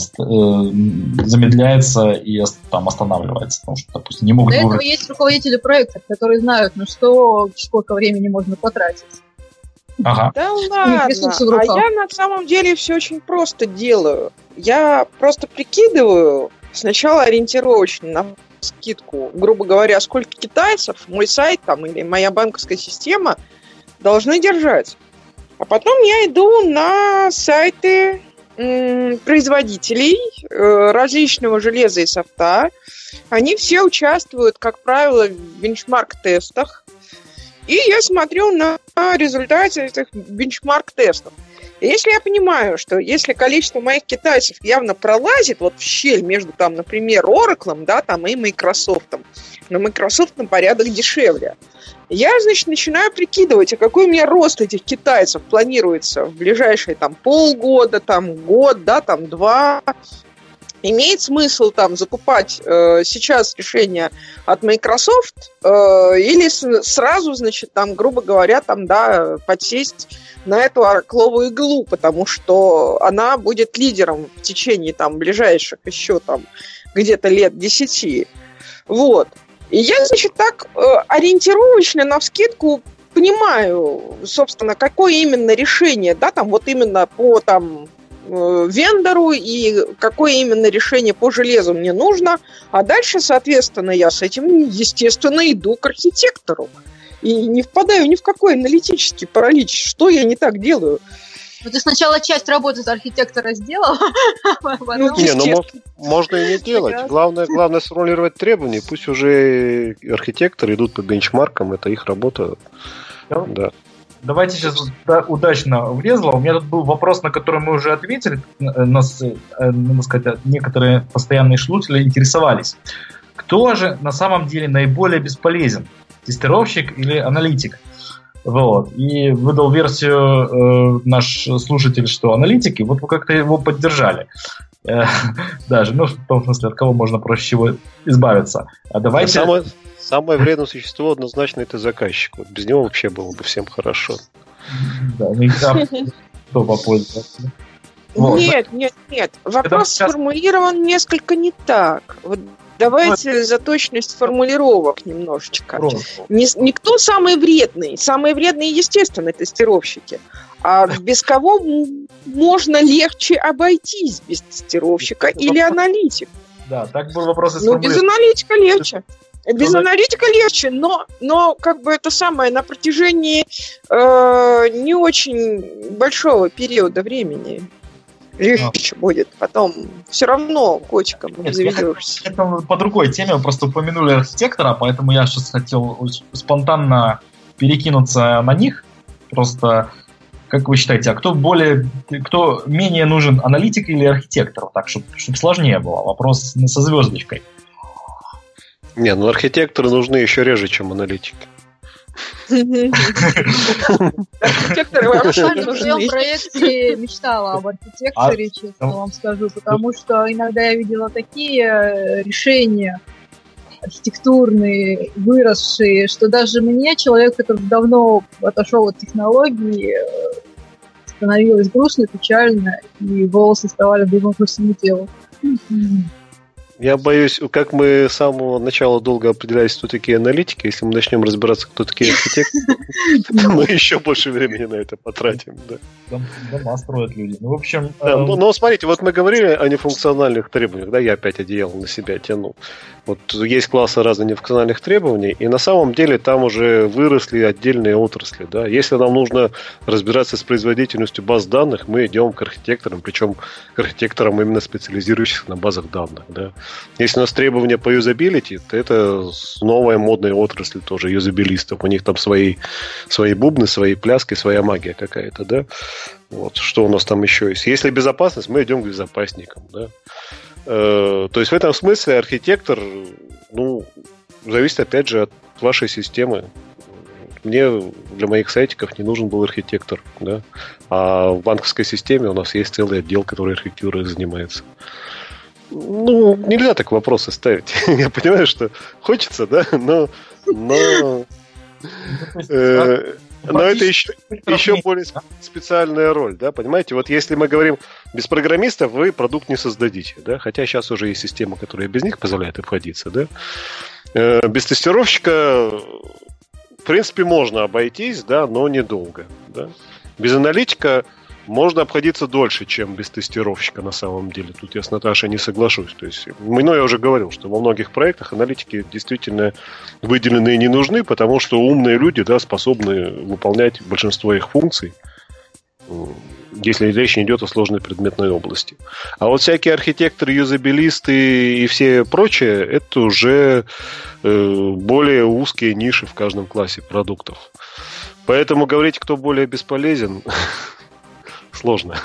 замедляется и там останавливается. Потому что, допустим, не могут Для этого есть руководители проектов, которые знают, сколько времени можно потратить. Ага. Да ладно, а я на самом деле все очень просто делаю. Я просто прикидываю сначала ориентировочно на скидку, грубо говоря, сколько китайцев мой сайт там, или моя банковская система должны держать. А потом я иду на сайты производителей различного железа и софта. Они все участвуют, как правило, в бенчмарк-тестах. И я смотрю на результаты этих бенчмарк-тестов. И если я понимаю, что если количество моих китайцев явно пролазит вот в щель между, там, например, Oracle, да, там, и Microsoft, но Microsoft на порядок дешевле, я, значит, начинаю прикидывать, а какой у меня рост этих китайцев планируется в ближайшие там, полгода, там, год, да, там, 2. Имеет смысл там закупать сейчас решение от Microsoft или сразу, значит, там, грубо говоря, там, да, подсесть на эту оракловую иглу, потому что она будет лидером в течение там ближайших еще там где-то лет 10. Вот. И я, значит, так ориентировочно навскидку понимаю, собственно, какое именно решение, да, там вот именно по там вендору и какое именно решение по железу мне нужно, а дальше, соответственно, я с этим, естественно, иду к архитектору и не впадаю ни в какой аналитический паралич. Что я не так делаю? Ну, ты сначала часть работы за архитектора сделал, можно и не делать. Главное сформулировать требования, пусть уже архитекторы идут по бенчмаркам, это их работа. Да. Давайте сейчас удачно влезло. У меня тут был вопрос, на который мы уже ответили. Нас, надо сказать, некоторые постоянные слушатели интересовались. Кто же на самом деле наиболее бесполезен? Тестировщик или аналитик? Вот. И выдал версию наш слушатель, что аналитик, и вот вы как-то его поддержали. Даже, в том смысле, от кого можно проще всего избавиться. А давайте... Самое вредное существо однозначно это заказчик. Вот без него вообще было бы всем хорошо. Да, кто попользовался. Нет. Вопрос сформулирован несколько не так. Вот давайте за точность формулировок немножечко. Никто самый вредный. Самые вредные, естественно, тестировщики. А без кого можно легче обойтись? Без тестировщика или аналитика? Да, так был вопрос. Без аналитика легче. Без аналитика легче, но как бы это самое на протяжении не очень большого периода времени легче будет. Потом все равно котиком заведешься. Это по другой теме, вы просто упомянули архитектора, поэтому я сейчас хотел спонтанно перекинуться на них. Просто, как вы считаете, а кто менее нужен, аналитик или архитектор? Так, чтобы сложнее было. Вопрос со звездочкой. Не, архитекторы нужны еще реже, чем аналитики. Архитекторы Я вообще в не своем нужны. проекте мечтала об архитекторе, честно вам скажу, потому что иногда я видела такие решения архитектурные, выросшие, что даже мне, человек, который давно отошел от технологий, становилось грустно, печально, и волосы вставали дыбом по всему телу. Я боюсь, как мы с самого начала долго определялись, кто такие аналитики, если мы начнем разбираться, кто такие архитекторы, мы еще больше времени на это потратим. Дома строят люди. Ну, в общем... Но смотрите, вот мы говорили о нефункциональных требованиях, да, я опять одеяло на себя тяну. Вот есть классы разных нефункциональных требований, и на самом деле там уже выросли отдельные отрасли. Да. Если нам нужно разбираться с производительностью баз данных, мы идем к архитекторам, причем к архитекторам именно специализирующихся на базах данных. Да. Если у нас требования по юзабилити, то это новая модная отрасль тоже, юзабилистов. У них там свои бубны, свои пляски, своя магия какая-то. Да. Вот. Что у нас там еще есть? Если безопасность, мы идем к безопасникам. Да. То есть в этом смысле архитектор, зависит опять же от вашей системы. Мне для моих сайтиков не нужен был архитектор, да? А в банковской системе у нас есть целый отдел, который архитектурой занимается. Нельзя так вопросы ставить. Я понимаю, что хочется, да, но это еще более специальная роль, да, понимаете? Вот если мы говорим, без программистов вы продукт не создадите, да, хотя сейчас уже есть система, которая без них позволяет обходиться, да. Без тестировщика, в принципе, можно обойтись, да, но недолго, да. Без аналитика можно обходиться дольше, чем без тестировщика на самом деле. Тут я с Наташей не соглашусь. То есть, я уже говорил, что во многих проектах аналитики действительно выделенные не нужны, потому что умные люди, да, способны выполнять большинство их функций, если речь не идет о сложной предметной области. А вот всякие архитекторы, юзабилисты и все прочее, это уже более узкие ниши в каждом классе продуктов. Поэтому говорить, кто более бесполезен, сложно.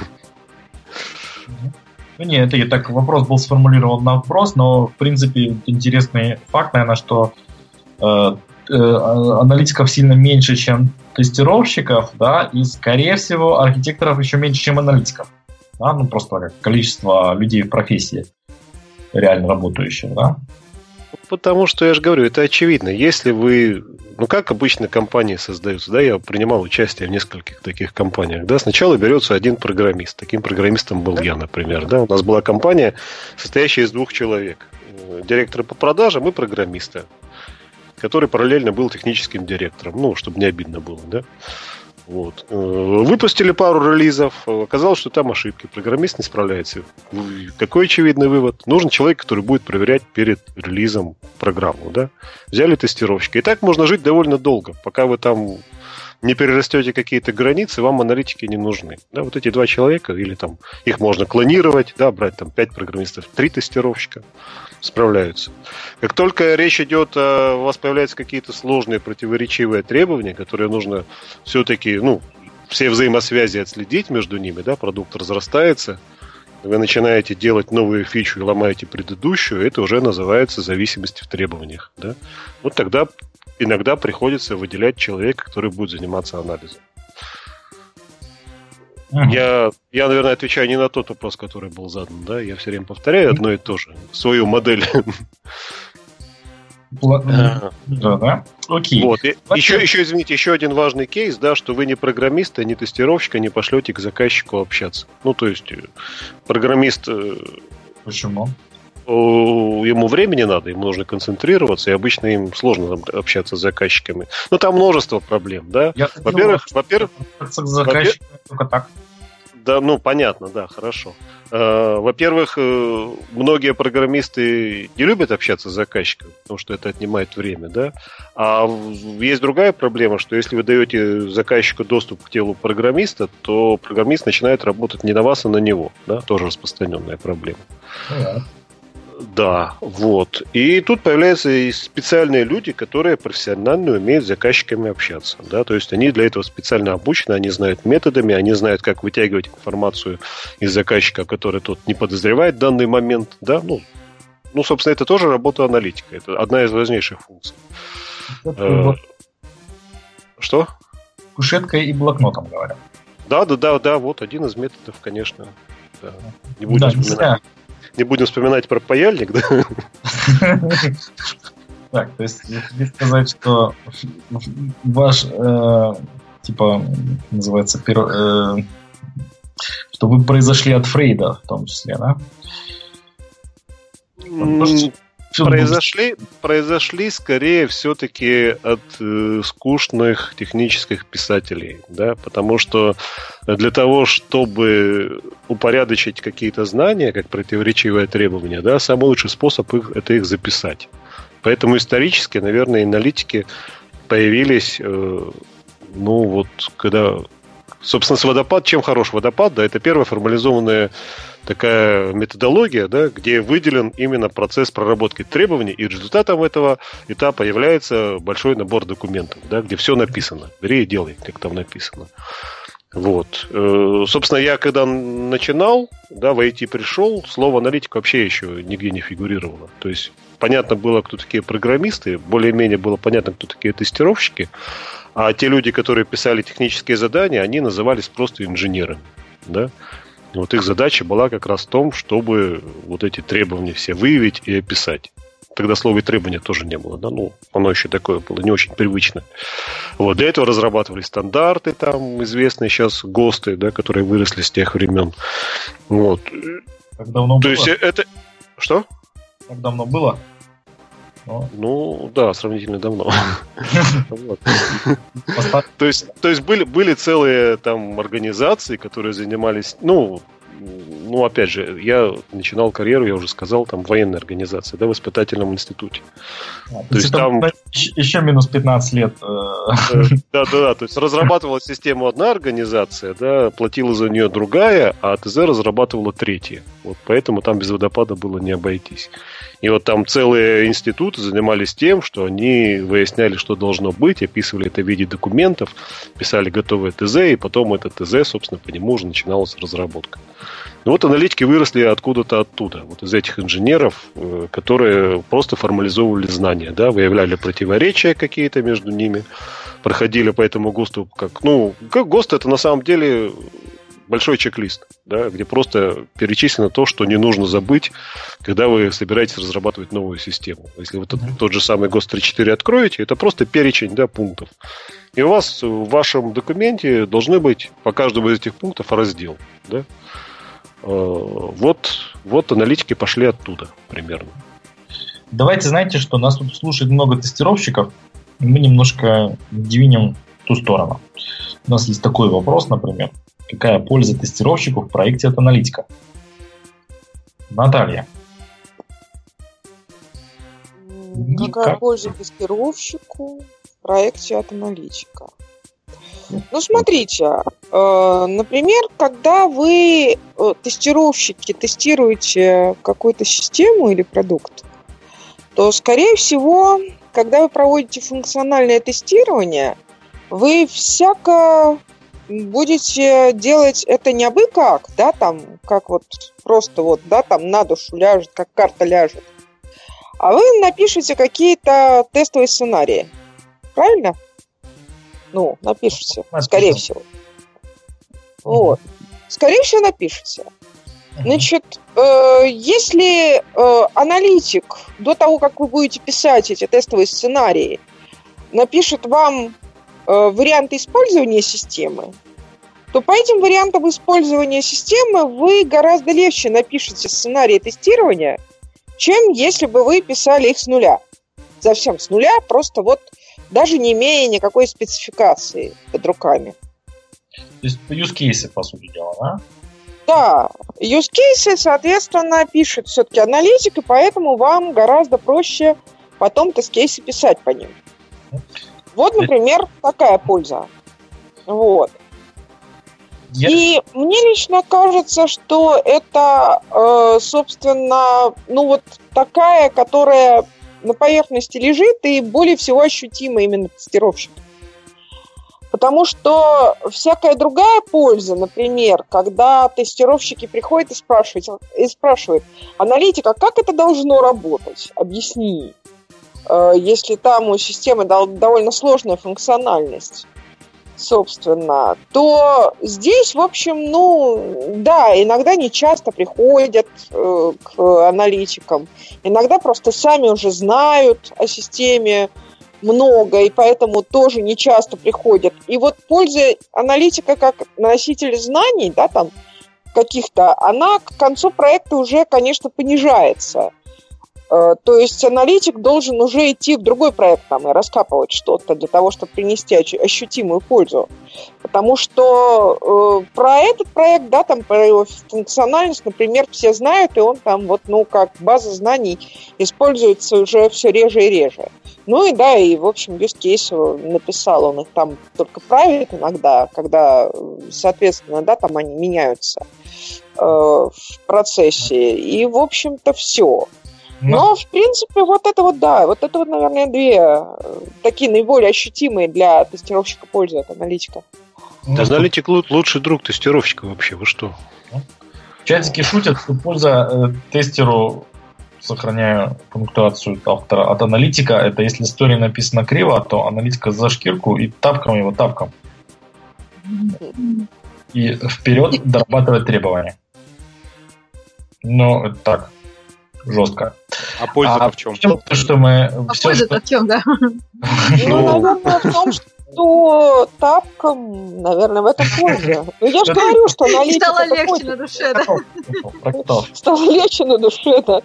Нет, это так вопрос был сформулирован на вопрос, но в принципе интересный факт, наверное, что аналитиков сильно меньше, чем тестировщиков, да, и скорее всего архитекторов еще меньше, чем аналитиков, да, просто как количество людей в профессии реально работающих, да. Потому что, я же говорю, это очевидно. Если вы... как обычно компании создаются, да, я принимал участие в нескольких таких компаниях, да, сначала берется один программист. Таким программистом был я, например, да. У нас была компания, состоящая из 2 человек. Директора по продажам и программиста, который параллельно был техническим директором, чтобы не обидно было, да. Вот. Выпустили пару релизов, оказалось, что там ошибки, программист не справляется. Какой очевидный вывод? Нужен человек, который будет проверять перед релизом программу, да? Взяли тестировщика. И так можно жить довольно долго, пока вы там не перерастете какие-то границы, вам аналитики не нужны. Да, вот эти 2 человека, или там их можно клонировать, да, брать там 5 программистов, 3 тестировщика, справляются. Как только речь идет, у вас появляются какие-то сложные противоречивые требования, которые нужно все-таки, все взаимосвязи отследить между ними, да, продукт разрастается, вы начинаете делать новую фичу и ломаете предыдущую, это уже называется зависимость в требованиях, да. Вот тогда иногда приходится выделять человека, который будет заниматься анализом. Я, наверное, отвечаю не на тот вопрос, который был задан, да? Я все время повторяю одно и то же. Свою модель. Да. Окей. Вот. Еще, извините, еще один важный кейс, да, что вы не программиста, не тестировщика не пошлете к заказчику общаться. То есть программист... Почему? Ему времени надо, ему нужно концентрироваться, и обычно им сложно общаться с заказчиками. Там множество проблем, да. Во-первых, только так. Да, понятно, да, хорошо. Во-первых, многие программисты не любят общаться с заказчиком, потому что это отнимает время, да. А есть другая проблема, что если вы даете заказчику доступ к телу программиста, то программист начинает работать не на вас, а на него, да, тоже распространенная проблема. Да, вот. И тут появляются и специальные люди, которые профессионально умеют с заказчиками общаться. Да? То есть они для этого специально обучены, они знают методами, они знают, как вытягивать информацию из заказчика, который тот не подозревает в данный момент. Да? Собственно, это тоже работа аналитика. Это одна из важнейших функций. Что? Кушеткой и блокнотом, говорят. Да, вот один из методов, конечно. Да. Не будем вспоминать про паяльник, да? Так, то есть, если сказать, что ваш, называется, что вы произошли от Фрейда, в том числе, да? Произошли скорее все-таки от скучных технических писателей, да, потому что для того, чтобы упорядочить какие-то знания, как противоречивое требование, да, самый лучший способ это их записать. Поэтому исторически, наверное, аналитики появились, когда, собственно, с водопад, чем хорош водопад, да, это первая формализованная такая методология, да, где выделен именно процесс проработки требований, и результатом этого этапа является большой набор документов, да, где все написано. Бери и делай, как там написано. Вот. Собственно, я когда начинал, да, в IT пришел, слово аналитик вообще еще нигде не фигурировало. То есть понятно было, кто такие программисты, более-менее было понятно, кто такие тестировщики, а те люди, которые писали технические задания, они назывались просто инженерами, да. Вот их задача была как раз в том, чтобы вот эти требования все выявить и описать. Тогда слова и требования тоже не было, да, оно еще такое было не очень привычно. Вот, для этого разрабатывали стандарты, там известные сейчас ГОСТы, да, которые выросли с тех времен. Вот. Как давно было? То есть это... Что? Как давно было? Да, сравнительно давно. То есть были целые там организации, которые занимались, опять же, я начинал карьеру, я уже сказал, там военной организации, да, в испытательном институте. То есть там еще минус 15 лет. Да, то есть разрабатывала систему одна организация, да, платила за нее другая, а ТЗ разрабатывала третья. Вот поэтому там без водопада было не обойтись. И вот там целые институты занимались тем, что они выясняли, что должно быть, описывали это в виде документов, писали готовое ТЗ, и потом это ТЗ, собственно, по нему уже начиналась разработка. Ну вот аналитики выросли откуда-то оттуда, вот из этих инженеров, которые просто формализовывали знания, да, выявляли противоречия какие-то между ними, проходили по этому ГОСТу как ГОСТ это на самом деле большой чек-лист, да, где просто перечислено то, что не нужно забыть, когда вы собираетесь разрабатывать новую систему. Если вы тот же самый ГОСТ 3.4 откроете, это просто перечень, да, пунктов. И у вас в вашем документе должны быть по каждому из этих пунктов раздел. Да? Вот аналитики пошли оттуда примерно. Давайте, знаете, что нас тут слушает много тестировщиков, и мы немножко двинем в ту сторону. У нас есть такой вопрос, например. Какая польза тестировщику в проекте от аналитика? Наталья. Какая польза тестировщику в проекте от аналитика? Смотрите, например, когда вы, тестировщики, тестируете какую-то систему или продукт, то, скорее всего, когда вы проводите функциональное тестирование, вы всяко будете делать это не абы как, да, там, как вот просто вот, да, там на душу ляжет, как карта ляжет, а вы напишите какие-то тестовые сценарии. Правильно? Напишите, скорее всего. Вот. Скорее всего, напишите. Значит, если аналитик до того, как вы будете писать эти тестовые сценарии, напишет вам варианты использования системы, то по этим вариантам использования системы вы гораздо легче напишете сценарии тестирования, чем если бы вы писали их с нуля. Совсем с нуля, просто вот даже не имея никакой спецификации под руками. То есть use cases, по сути дела, да? Да, use cases, соответственно, пишет все-таки аналитик, и поэтому вам гораздо проще потом тест-кейсы писать по ним. Вот, например, такая польза. Вот. И мне лично кажется, что это, собственно, такая, которая на поверхности лежит и более всего ощутима именно тестировщиком. Потому что всякая другая польза, например, когда тестировщики приходят и спрашивают: аналитика, как это должно работать? Объясни. если там у системы довольно сложная функциональность, собственно, то здесь, в общем, да, иногда не часто приходят к аналитикам, иногда просто сами уже знают о системе много, и поэтому тоже не часто приходят. И вот польза аналитика как носителя знаний, да, там, каких-то, она к концу проекта уже, конечно, понижается. То есть аналитик должен уже идти в другой проект там, и раскапывать что-то для того, чтобы принести ощутимую пользу. Потому что про этот проект, да, там, про его функциональность, например, все знают, и он там вот, как база знаний используется уже все реже и реже. И да, и, в общем, use case написал, он их там только правит иногда, когда, соответственно, да, там они меняются в процессе. И, в общем-то, все. Но, в принципе, вот это, наверное, две такие наиболее ощутимые для тестировщика пользы от аналитика. Аналитик лучший друг тестировщика вообще, вы что? Чатики шутят, что польза тестеру, сохраняю пунктуацию автора, от аналитика, это если история написана криво, то аналитика за шкирку и тапком его тапком. И вперед дорабатывать требования. Это так. Жестко. А польза-то в чем? То, что мы... Польза-то в чем, да? Наверное, в том, что тапком, наверное, в этом польза. Я же говорю, что аналитика... Стало легче на душе, да? Стало легче на душе, да.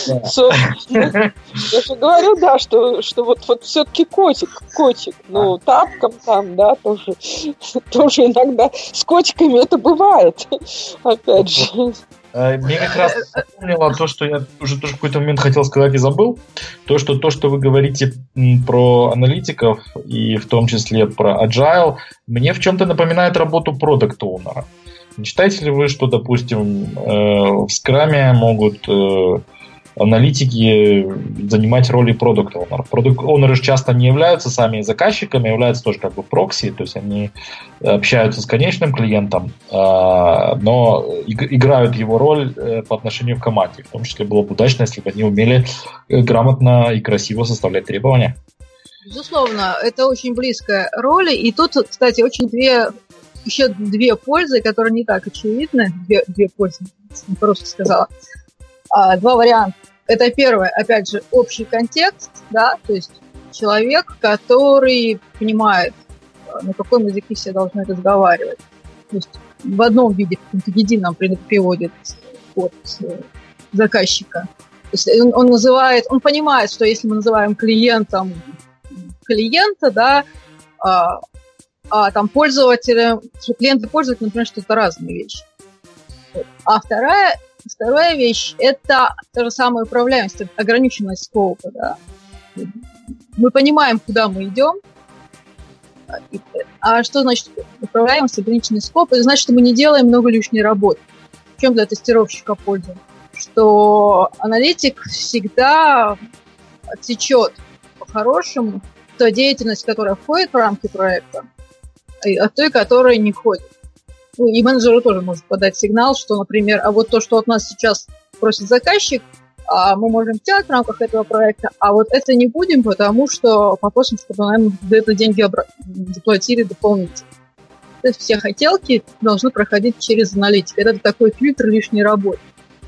Я же говорю, да, что вот все-таки котик. Тапком там, да, тоже иногда с котиками это бывает. Опять же. Мне как раз напомнило то, что я уже тоже в какой-то момент хотел сказать и забыл. То, что вы говорите про аналитиков и в том числе про Agile, мне в чем-то напоминает работу продакт-оунера. Не считаете ли вы, что, допустим, в скраме могут аналитики занимать роли продакт-оунера? Продакт-оунеры же часто не являются сами заказчиками, являются тоже как бы прокси, то есть они общаются с конечным клиентом, но играют его роль по отношению к команде. В том числе было бы удачно, если бы они умели грамотно и красиво составлять требования. Безусловно, это очень близкая роль. И тут, кстати, еще две пользы, которые не так очевидны. Две пользы, не просто сказала. Два варианта. Это первое, опять же, общий контекст, да, то есть человек, который понимает, на каком языке все должны разговаривать. То есть в одном виде, в каком-то едином приводит от заказчика. То есть он понимает, что если мы называем клиентом клиента, да, там пользователем, что клиент и пользователь, например, что это разные вещи. А Вторая вещь – это та же самая управляемость, ограниченность скопа. Да. Мы понимаем, куда мы идем. А что значит управляемость, ограниченный скоп? Это значит, что мы не делаем много лишней работы. В чем для тестировщика польза? Что аналитик всегда отсечет по-хорошему ту деятельность, которая входит в рамки проекта, от той, которая не входит. И менеджеру тоже может подать сигнал, что, например, а вот то, что от нас сейчас просит заказчик, мы можем сделать в рамках этого проекта, а вот это не будем, потому что попросим, чтобы нам за это деньги заплатили дополнительно. То есть все хотелки должны проходить через аналитика. Это такой фильтр лишней работы.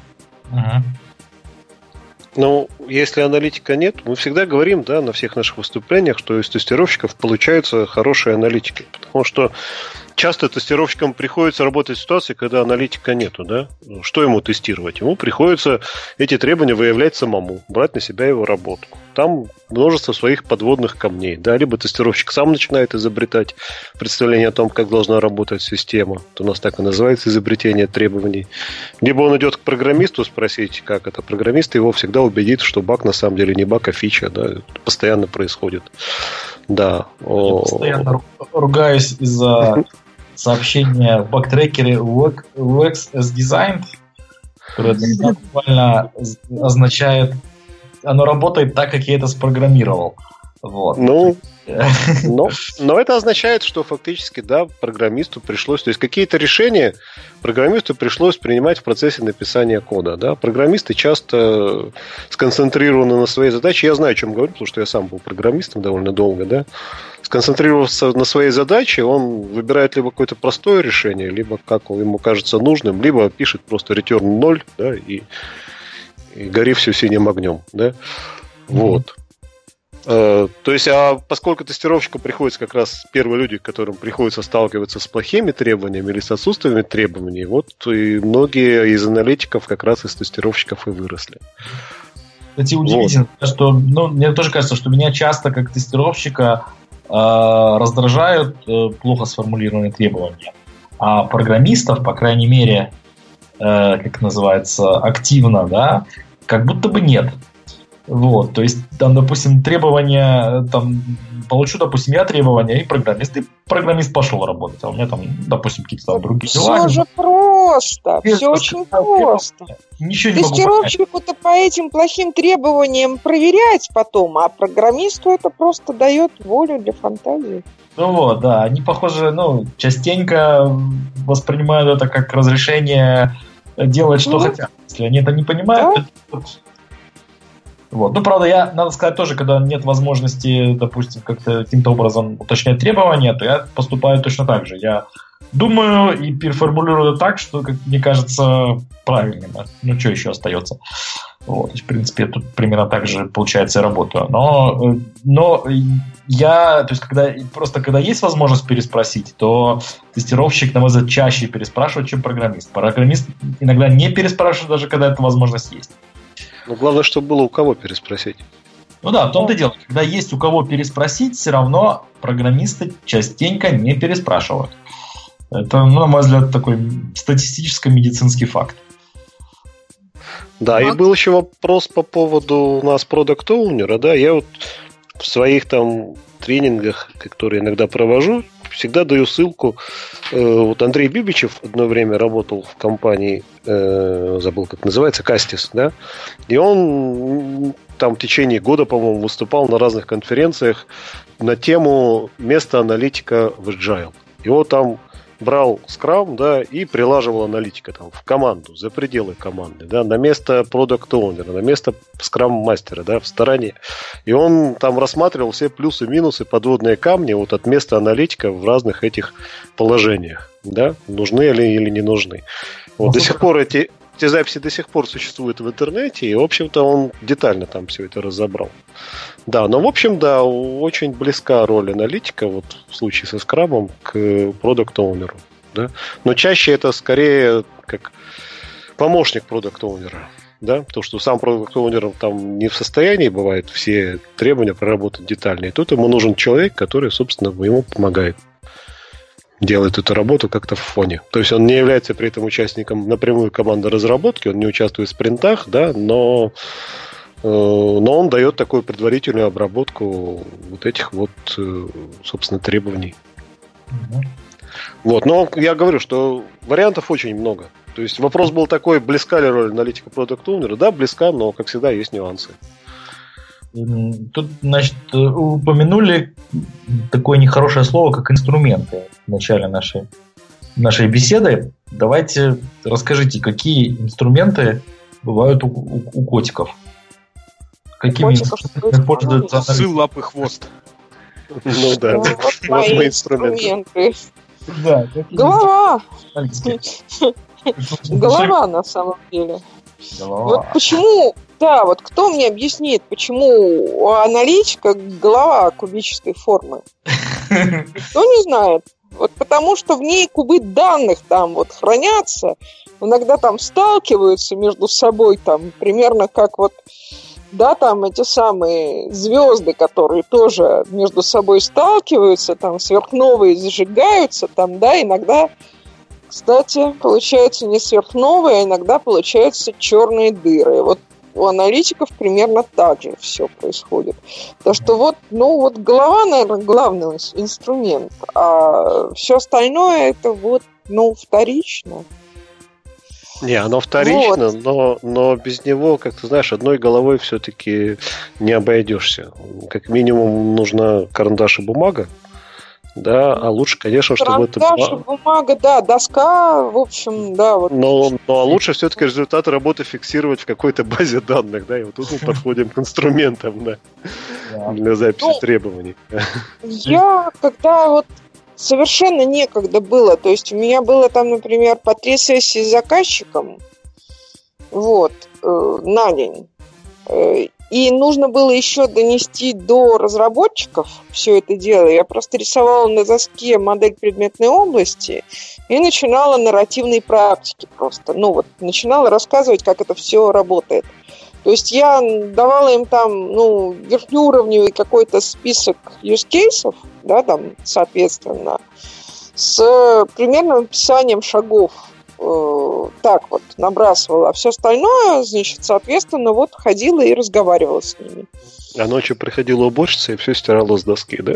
Если аналитика нет, мы всегда говорим, да, на всех наших выступлениях, что из тестировщиков получаются хорошие аналитики. Потому что часто тестировщикам приходится работать в ситуации, когда аналитика нету, да? Что ему тестировать? Ему приходится эти требования выявлять самому, брать на себя его работу. Там множество своих подводных камней, да? Либо тестировщик сам начинает изобретать представление о том, как должна работать система. Это у нас так и называется изобретение требований. Либо он идет к программисту спросить, как это. Программист его всегда убедит, что баг на самом деле не баг, а фича, да? Это постоянно происходит. Да. Я постоянно ругаюсь из-за сообщение в бактрекере UX as designed, которое буквально означает, оно работает так, как я это спрограммировал. Вот. Но это означает, что фактически, да, программисту пришлось, то есть какие-то решения программисту пришлось принимать в процессе написания кода, да. Программисты часто сконцентрированы на своей задаче. Я знаю, о чем говорю, потому что я сам был программистом довольно долго, да. Сконцентрироваться на своей задаче, он выбирает либо какое-то простое решение, либо как ему кажется нужным, либо пишет просто return 0, да, и гори все синим огнем, да. Вот. То есть, поскольку тестировщику приходится как раз первые люди, которым приходится сталкиваться с плохими требованиями или с отсутствием требований, вот и многие из аналитиков как раз из тестировщиков и выросли. Кстати, удивительно, что, мне тоже кажется, что меня часто как тестировщика раздражают плохо сформулированные требования. А программистов, по крайней мере, как называется, активно, да, как будто бы нет. Вот, то есть, там, допустим, требования, там, получу, допустим, я требования, и программист пошел работать, а у меня там, допустим, какие-то там другие дела. Все же просто, все очень просто. Тестировщику-то по этим плохим требованиям проверять потом, а программисту это просто дает волю для фантазии. Ну вот, да, они, похоже, частенько воспринимают это как разрешение делать, что хотят. Если они это не понимают, то... Вот. Правда, надо сказать тоже, когда нет возможности, допустим, как-то каким-то образом уточнять требования, то я поступаю точно так же. Я думаю и переформулирую так, что, как мне кажется, правильным. Что еще остается? Вот. То есть, в принципе, тут примерно так же, получается, я работаю. Но я, то есть, когда есть возможность переспросить, то тестировщик, на мой взгляд, чаще переспрашивает, чем программист. Программист иногда не переспрашивает, даже когда эта возможность есть. Но главное, чтобы было у кого переспросить. Ну да, в том-то и дело. Когда есть у кого переспросить, все равно программисты частенько не переспрашивают. Это, на мой взгляд, такой статистическо-медицинский факт. Да, и был еще вопрос по поводу у нас продакт-оунера, да, я вот в своих там тренингах, которые иногда провожу, всегда даю ссылку. Вот Андрей Бибичев одно время работал в компании, забыл, как называется, Кастис, да, и он там в течение года, по-моему, выступал на разных конференциях на тему места аналитика в Agile. Его там брал Scrum, да, и прилаживал аналитика там в команду, за пределы команды, да, на место продакт-оунера, на место скрам-мастера, да, в стороне. И он там рассматривал все плюсы, минусы, подводные камни вот от места аналитика в разных этих положениях, да, нужны или не нужны. Вот до сих пор эти записи до сих пор существуют в интернете, и, в общем-то, он детально там все это разобрал. Да, но, в общем, да, очень близка роль аналитика, вот в случае со скрамом, к продакт-оунеру, да. Но чаще это скорее как помощник продакт-оунера, да, потому что сам продакт-оунер там не в состоянии, бывает, все требования проработать детально, и тут ему нужен человек, который, собственно, ему помогает. Делает эту работу как-то в фоне. То есть он не является при этом участником напрямую команды разработки, он не участвует в спринтах, да, но он дает такую предварительную обработку вот этих вот, собственно, требований. Вот, но я говорю, что вариантов очень много. То есть вопрос был такой, близка ли роль аналитика продакт-оунера? Да, близка, но, как всегда, есть нюансы. Тут, значит, упомянули такое нехорошее слово, как инструменты в начале нашей беседы. Давайте расскажите, какие инструменты бывают у котиков? Какими инструментами пользуются? Сы, лапы, хвост. Ну да, вот мои инструменты. Голова. Голова, на самом деле. Вот почему... Да, вот кто мне объяснит, почему у аналитика голова кубической формы? Никто не знает. Вот потому что в ней кубы данных там вот хранятся, иногда там сталкиваются между собой, там примерно как вот, да, там эти самые звезды, которые тоже между собой сталкиваются, там сверхновые зажигаются, там, да, иногда, кстати, получаются не сверхновые, а иногда получаются черные дыры. Вот у аналитиков примерно так же все происходит. Так что вот, голова, наверное, главный инструмент, а все остальное это вот, вторично. Не, оно вторично, вот. но без него, как ты знаешь, одной головой все-таки не обойдешься. Как минимум нужна карандаш и бумага. Да, а лучше, конечно, чтобы это была... Карандаш, бумага, да, доска, в общем, да. Вот. Но лучше все-таки результаты работы фиксировать в какой-то базе данных, да, и вот тут мы подходим к инструментам, да, для записи требований. Я, когда вот совершенно некогда было, то есть у меня было там, например, по 3 сессии с заказчиком, вот, на день, и нужно было еще донести до разработчиков все это дело. Я просто рисовала на доске модель предметной области и начинала нарративные практики просто. Ну вот, начинала рассказывать, как это все работает. То есть я давала им там, верхнеуровневый какой-то список use cases, да, там, соответственно, с примерным описанием шагов. Так вот набрасывала, а все остальное, значит, соответственно, вот ходила и разговаривала с ними. А ночью приходила уборщица и все стирала с доски, да?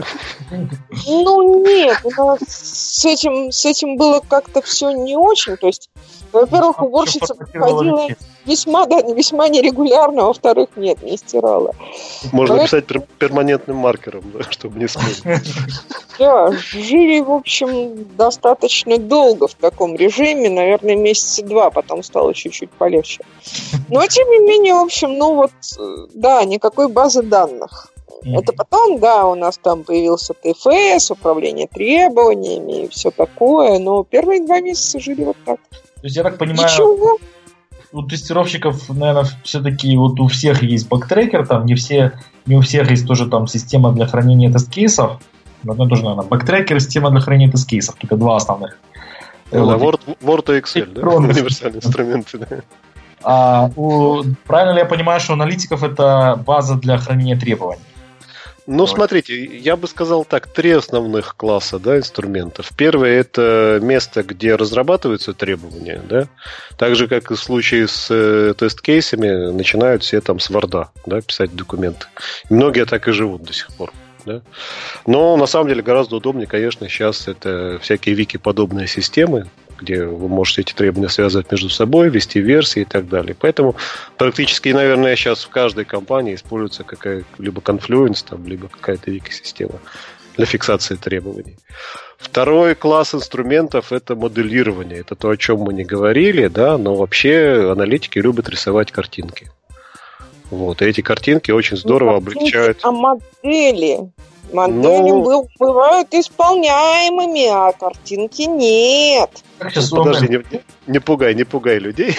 Нет, с этим было как-то все не очень. То есть, во-первых, уборщица приходила весьма нерегулярно, а во-вторых, нет, не стирала. Можно написать перманентным маркером, да, чтобы не смыть. Да, жили, в общем, достаточно долго в таком режиме, наверное, месяца 2, потом стало чуть-чуть полегче. Но, тем не менее, в общем, никакой базы данных. Это потом, да, у нас там появился ТФС, управление требованиями и все такое, но первые 2 месяца жили вот так. То есть, я так понимаю, у тестировщиков, наверное, все-таки вот у всех есть бэктрекер, там не у всех есть тоже там система для хранения тест-кейсов. Одно тоже, наверное, бэктрекер и система для хранения тест-кейсов, только 2 основных. Word и Excel, да? Универсальные инструменты, да. Правильно ли я понимаю, что у аналитиков это база для хранения требований? Смотрите, я бы сказал так, 3 основных класса, да, инструментов. Первое – это место, где разрабатываются требования, да, так же, как и в случае с тест-кейсами, начинают все там с Word, да, писать документы. И многие так и живут до сих пор. Да? Но на самом деле гораздо удобнее, конечно, сейчас это всякие вики-подобные системы, где вы можете эти требования связывать между собой, вести версии и так далее. Поэтому практически, наверное, сейчас в каждой компании используется либо Confluence, там, либо какая-то вики-система для фиксации требований. Второй класс инструментов – это моделирование. Это то, о чем мы не говорили, да, но вообще аналитики любят рисовать картинки. Вот, и эти картинки очень здорово облегчают. А модели? Модели бывают исполняемыми, а картинки нет. Подожди, не пугай людей.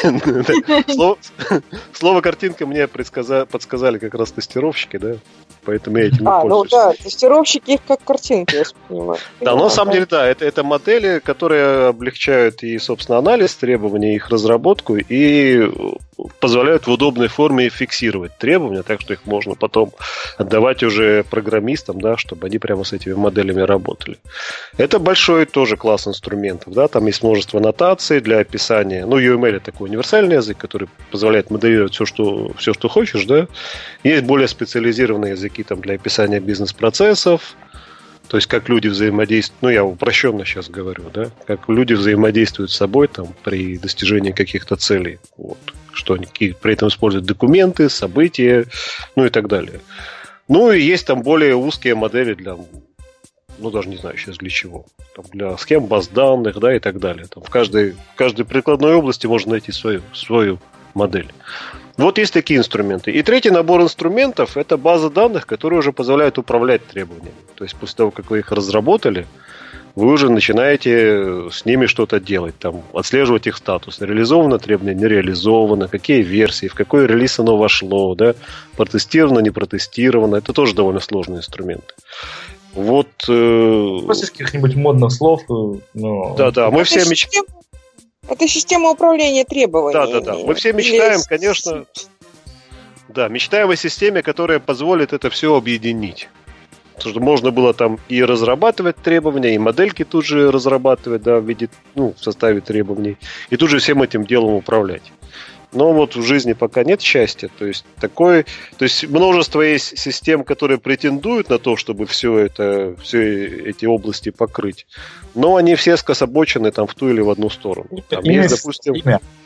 Слово картинка мне подсказали как раз тестировщики, да? Поэтому я этим не пользуюсь. Тестировщики их как картинки, я понимаю. Да, на самом деле, да, это модели, которые облегчают и, собственно, анализ требований, их разработку и позволяют в удобной форме фиксировать требования, так что их можно потом отдавать уже программистам, да, чтобы они прямо с этими моделями работали. Это большой тоже класс инструментов, да, там есть множество нотаций для описания. UML – такой универсальный язык, который позволяет моделировать все, что хочешь, да. Есть более специализированные языки там для описания бизнес-процессов, то есть как люди взаимодействуют, я упрощенно сейчас говорю, да, как люди взаимодействуют с собой там при достижении каких-то целей, вот, что они при этом используют документы, события, и так далее. И есть там более узкие модели для, даже не знаю сейчас для чего, там, для схем, баз данных, да, и так далее. Там в каждой прикладной области можно найти свою модель. Вот есть такие инструменты. И третий набор инструментов – это база данных, которые уже позволяют управлять требованиями. То есть после того, как вы их разработали, вы уже начинаете с ними что-то делать, там, отслеживать их статус. Реализовано требование, не реализовано, какие версии, в какой релиз оно вошло, да, протестировано, не протестировано. Это тоже довольно сложный инструмент. Вот. После каких-нибудь модных слов. Да, мы все мечтаем. Это система управления требованиями. Да. Мы все мечтаем, конечно. Да, мечтаем о системе, которая позволит это все объединить. Потому что можно было там и разрабатывать требования, и модельки тут же разрабатывать, да, в виде, в составе требований, и тут же всем этим делом управлять. Но вот в жизни пока нет счастья. То есть множество есть систем, которые претендуют на то, чтобы все эти области покрыть. Но они все скособочены там в ту или в одну сторону. Там есть, допустим,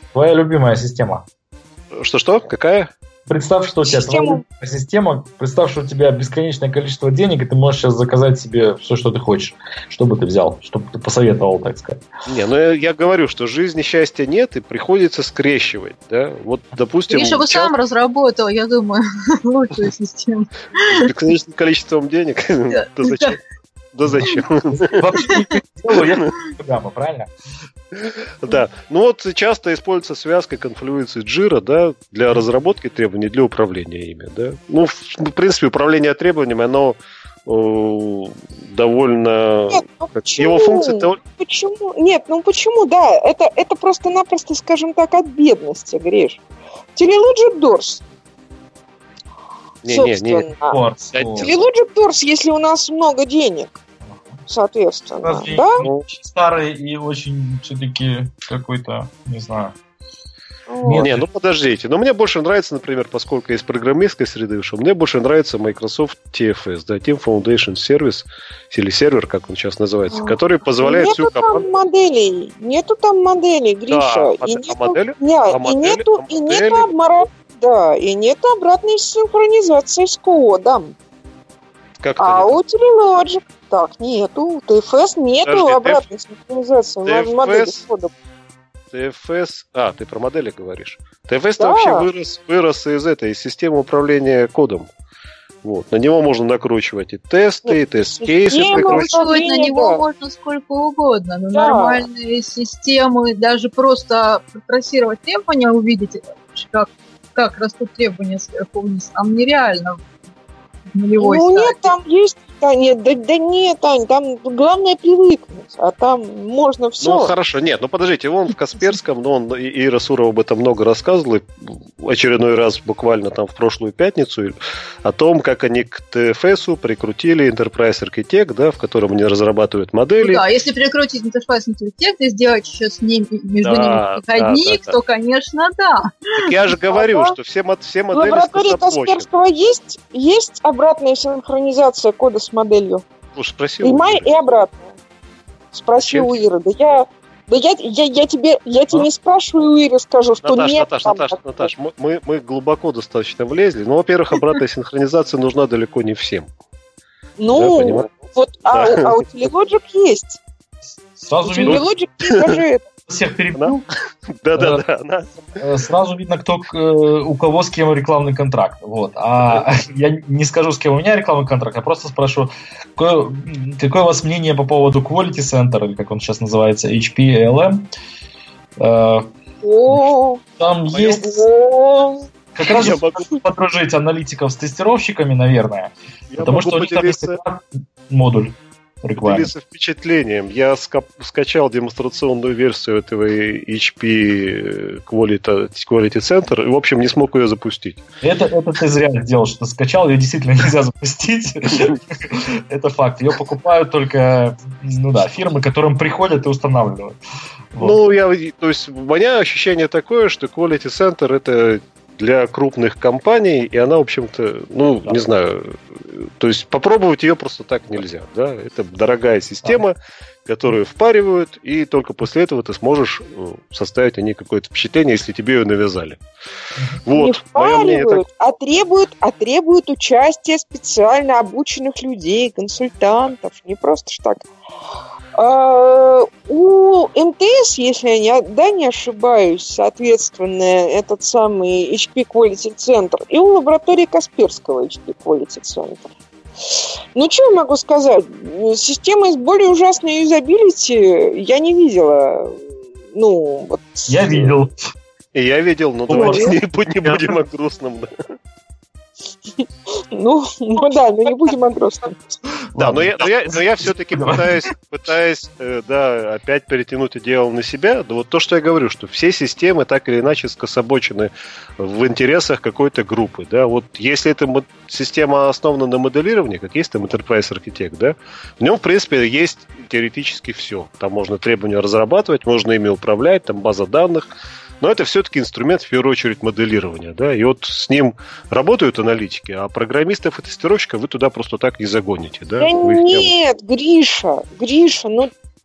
Твоя любимая система. Что? Какая? Представь, что у тебя твоя любимая система, представь, что у тебя бесконечное количество денег, и ты можешь сейчас заказать себе все, что ты хочешь. Что бы ты взял, что бы ты посоветовал, так сказать. Я говорю, что жизни счастья нет, и приходится скрещивать. Да? Вот, допустим... Гриша бы сам разработал, я думаю, лучшую систему. С бесконечным количеством денег? Да зачем? Да зачем? Вообще не программа, правильно? Да. Ну вот часто используется связка Confluence и Jira, да, для разработки требований, для управления ими, да. Ну, в принципе, управление требованиями, оно довольно... Нет, ну почему? Его функции... Почему? Нет, ну почему, да. Это просто-напросто, скажем так, от бедности, Гриш. Telelogic Doors. Не. Telelogic Doors, если у нас много денег. Соответственно, разве да? Очень старый и очень все-таки какой-то, не знаю. Не, ну подождите. Но мне больше нравится, например, поскольку из программистской среды ушел, мне больше нравится Microsoft TFS, да, Team Foundation Service, или сервер, как он сейчас называется, который позволяет всю команду... Нету там моделей, Гриша. И нету обратной синхронизации с кодом. У Telelogic так нету. TFS нету обратной синхронизации модели с кодом. TFS... ты про модели говоришь. TFS вообще вырос из системы управления кодом. Вот. На него можно накручивать и тесты, и тест-кейсы. Накручивать на него можно сколько угодно. Но нормальные системы, даже просто трассировать требования, увидеть, как растут требования сверху вниз, там нереально. Нет, там есть... нет, Ань, там главное привыкнуть, а там можно все. Ну, хорошо, нет, подождите, он в Касперском, и Расуров об этом много рассказывал, и очередной раз буквально там в прошлую пятницу, о том, как они к TFS прикрутили Enterprise Architect, да, в котором они разрабатывают модели. Да, если прикрутить Enterprise Architect и сделать еще с ним, между ними переходник, то, конечно, да. Так я же говорю, что все модели... В лаборатории Касперского есть обратная синхронизация кода с моделью. Слушай, спроси и обратно. Спроси у Иры. Я тебе не спрашиваю у Иры, скажу, что нет. Наташ, мы глубоко достаточно влезли. Но, во-первых, обратная синхронизация нужна далеко не всем. Ну, вот, а у Telelogic есть. Сразу видно. Telelogic есть даже это. Всех перебил. Да. Сразу видно, у кого с кем рекламный контракт. Вот. А я не скажу, с кем у меня рекламный контракт, я просто спрошу, какое у вас мнение по поводу Quality Center, или как он сейчас называется, HP ALM? Там есть... Как раз могу подружить аналитиков с тестировщиками, наверное. Потому что у них там есть модуль. Делиться впечатлением. Я скачал демонстрационную версию этого HP Quality Center и, в общем, не смог ее запустить. Это ты зря сделал, что скачал, ее действительно нельзя запустить. Это факт. Ее покупают только фирмы, которым приходят и устанавливают. То есть у меня ощущение такое, что Quality Center это для крупных компаний, и она, в общем-то, не знаю, то есть попробовать ее просто так нельзя, да, это дорогая система, которую впаривают, и только после этого ты сможешь составить о ней какое-то впечатление, если тебе ее навязали. Вот. Не впаривают, требуют участия специально обученных людей, консультантов, не просто ж так. У МТС, если я не ошибаюсь, соответственно, этот самый HP Quality Center, и у лаборатории Касперского HP Quality Center. Что я могу сказать? Система с более ужасной юзабилити я не видела. Я видел. И я видел, но давайте не будем о грустном. Не будем о грустном. Да, но я все-таки пытаюсь опять перетянуть одеяло на себя. Да, вот то, что я говорю, что все системы так или иначе скособочены в интересах какой-то группы. Да? Вот если эта система основана на моделировании, как есть там Enterprise Architect, да, в нем, в принципе, есть теоретически все. Там можно требования разрабатывать, можно ими управлять, там база данных. Но это все-таки инструмент, в первую очередь, моделирования. Да? И вот с ним работают аналитики, а программистов и тестировщиков вы туда просто так не загоните. Да? Нет, Гриша,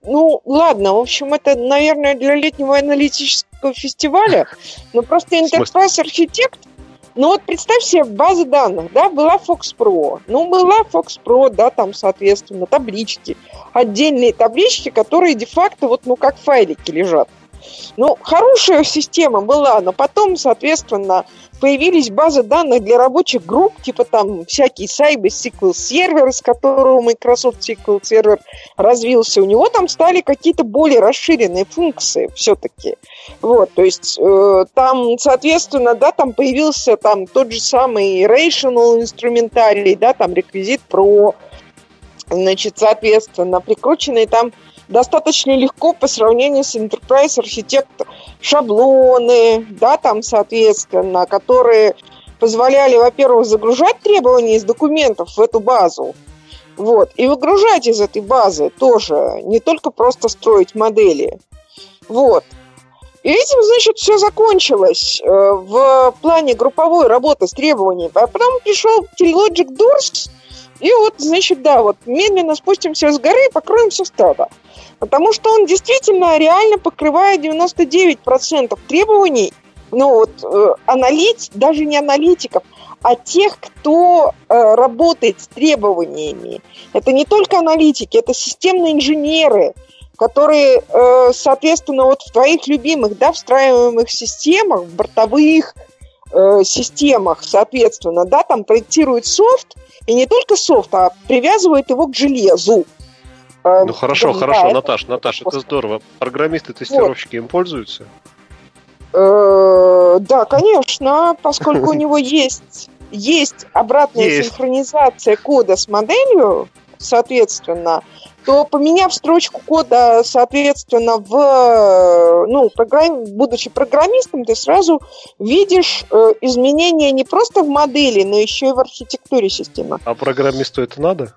Ну, ладно, в общем, это, наверное, для летнего аналитического фестиваля, но просто Enterprise Architect, ну вот представь себе базы данных, да, была Fox Pro, да, там, соответственно, таблички, отдельные таблички, которые де-факто вот, ну, как файлики лежат. Ну, хорошая система была, но потом, соответственно, появились базы данных для рабочих групп, типа там всякий Sybase SQL Server, с которого Microsoft SQL Server развился. У него там стали какие-то более расширенные функции все-таки. Вот, то есть там, соответственно, да, там появился там тот же самый Rational инструментарий, да, там Requisite Pro, значит, соответственно, прикрученные там достаточно легко по сравнению с Enterprise Architect шаблоны, да, там, соответственно, которые позволяли, во-первых, загружать требования из документов в эту базу, вот, и выгружать из этой базы тоже, не только просто строить модели, вот. И этим, значит, все закончилось в плане групповой работы с требованиями. А потом пришел Telelogic Doors, и вот, значит, да, вот медленно спустимся с горы и покроем все стадо. Потому что он действительно реально покрывает 99% требований, ну вот, даже не аналитиков, а тех, кто работает с требованиями. Это не только аналитики, это системные инженеры, которые, соответственно, вот в твоих любимых, да, встраиваемых системах, в бортовых системах, соответственно, да, там проектируют софт, и не только софт, а привязывают его к железу. Ну хорошо, Наташ, это здорово. Программисты, тестировщики им пользуются? Да, конечно, поскольку у него есть обратная синхронизация кода с моделью, соответственно, то, поменяв строчку кода, соответственно, будучи программистом, ты сразу видишь изменения не просто в модели, но еще и в архитектуре системы. А программисту это надо?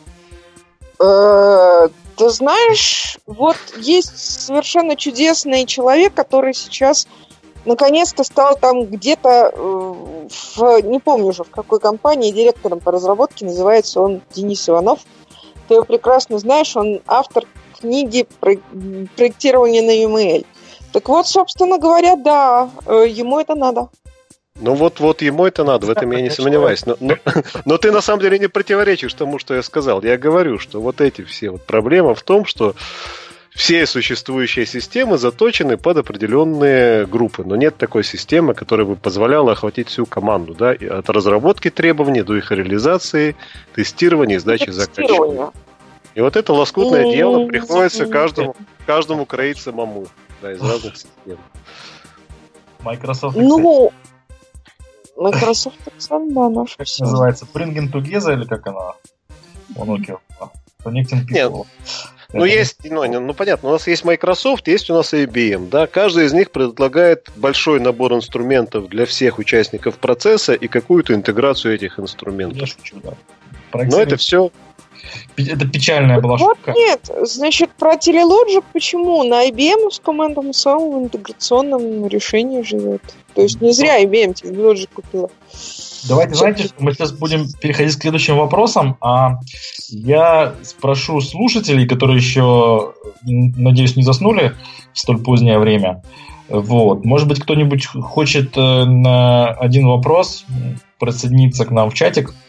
Ты знаешь, вот есть совершенно чудесный человек, который сейчас наконец-то стал там где-то не помню уже в какой компании, директором по разработке, называется он Денис Иванов. Ты его прекрасно знаешь, он автор книги «Проектирование на UML». Так вот, собственно говоря, да, ему это надо. Ну вот ему это надо, в этом я не сомневаюсь. Но ты на самом деле не противоречишь тому, что я сказал. Я говорю, что вот эти все вот проблемы в том, что все существующие системы заточены под определенные группы, но нет такой системы, которая бы позволяла охватить всю команду, да, от разработки требований до их реализации, тестирования и сдачи заказчику. И вот это лоскутное дело приходится каждому кроить самому, да, из разных систем. Microsoft Microsoft Excel, да, наш. Как называется? Bringing Together или как она? Connecting People. Нет, понятно, у нас есть Microsoft, есть у нас IBM, да, каждый из них предлагает большой набор инструментов для всех участников процесса и какую-то интеграцию этих инструментов. Я шучу, да. Но это все... Это печальная была шутка. Вот нет, значит, про Telelogic почему? На IBM-овском этом самом интеграционном решении живет. То есть не зря IBM Telelogic купила. Давайте, знаете, что мы сейчас будем переходить к следующим вопросам, а я спрошу слушателей, которые еще, надеюсь, не заснули в столь позднее время. Вот. Может быть, кто-нибудь хочет на один вопрос присоединиться к нам в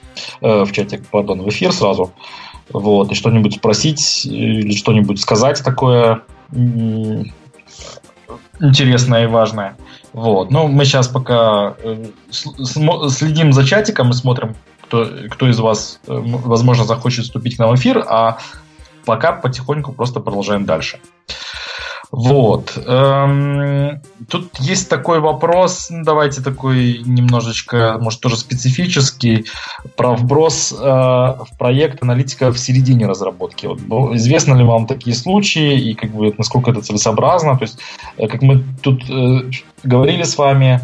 эфир сразу, вот, и что-нибудь спросить или что-нибудь сказать такое интересное и важное. Вот. Ну, мы сейчас пока следим за чатиком и смотрим, кто из вас, возможно, захочет вступить к нам в эфир, а пока потихоньку просто продолжаем дальше. Вот. Тут есть такой вопрос, давайте такой немножечко, может, тоже специфический, про вброс в проект аналитика в середине разработки. Вот, известно ли вам такие случаи и как бы насколько это целесообразно? То есть, как мы тут говорили с вами,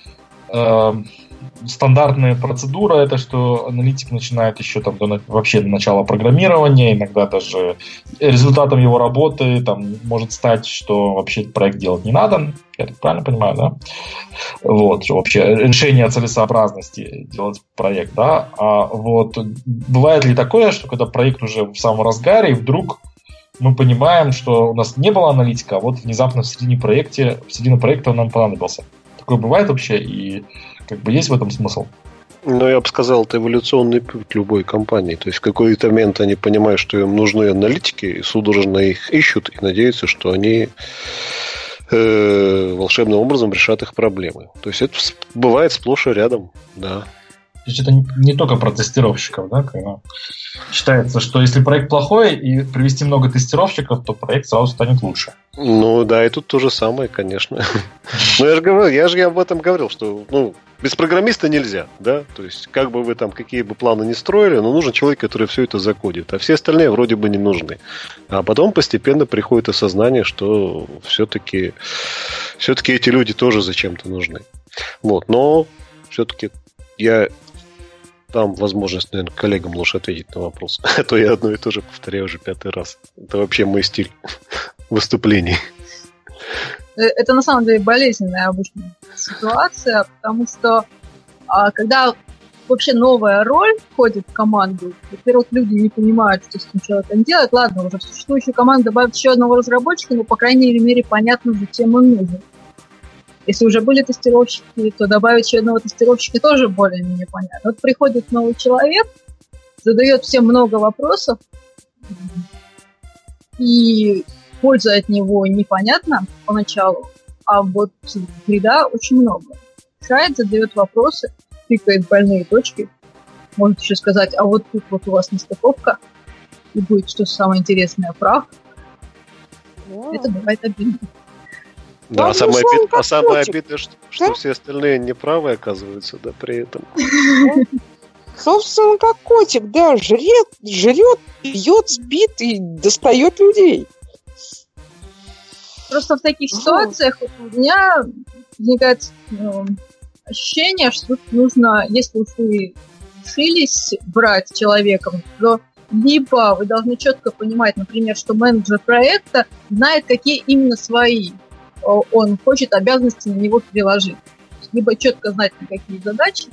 стандартная процедура это, что аналитик начинает еще там вообще до начала программирования, иногда даже результатом его работы там может стать, что вообще проект делать не надо. Я так правильно понимаю, да? Вот, что вообще решение целесообразности делать проект, да? А вот бывает ли такое, что когда проект уже в самом разгаре, и вдруг мы понимаем, что у нас не было аналитика, а вот внезапно в середине проекта он нам понадобился. Такое бывает вообще, и как бы есть в этом смысл? Ну, я бы сказал, это эволюционный путь любой компании. То есть в какой-то момент они понимают, что им нужны аналитики, и судорожно их ищут, и надеются, что они волшебным образом решат их проблемы. То есть это бывает сплошь и рядом, да. То есть это не только про тестировщиков, да? Когда считается, что если проект плохой и привести много тестировщиков, то проект сразу станет лучше. Ну да, и тут то же самое, конечно. Но я же об этом говорил, что без программиста нельзя, да? То есть как бы вы там какие бы планы ни строили, но нужен человек, который все это закодит, а все остальные вроде бы не нужны. А потом постепенно приходит осознание, что все-таки эти люди тоже зачем-то нужны. Вот, но все-таки я дам возможность, наверное, коллегам лучше ответить на вопрос. А то я одно и то же повторяю уже 5-й раз. Это вообще мой стиль выступлений. Это на самом деле болезненная обычная ситуация, потому что когда вообще новая роль входит в команду, во-первых, люди не понимают, что с этим человеком делать. Ладно, уже в существующую команду добавить еще одного разработчика, но, по крайней мере, понятно, зачем он нужен. Если уже были тестировщики, то добавить еще одного тестировщика тоже более-менее понятно. Вот приходит новый человек, задает всем много вопросов, и польза от него непонятна поначалу, а вот вреда очень много. Решает, задает вопросы, тыкает больные точки, может еще сказать, а вот тут вот у вас нестыковка, и будет что самое интересное, прав. Это бывает обидно. Да, самое обидное, что все остальные неправы оказываются, да, при этом. Собственно, как котик, да, жрет, пьет, спит и достает людей. Просто в таких ситуациях у меня возникает ощущение, что тут нужно, если вы решились брать человека, то либо вы должны четко понимать, например, что менеджер проекта знает, какие именно свои он хочет обязанности на него переложить. Либо четко знать, на какие задачи,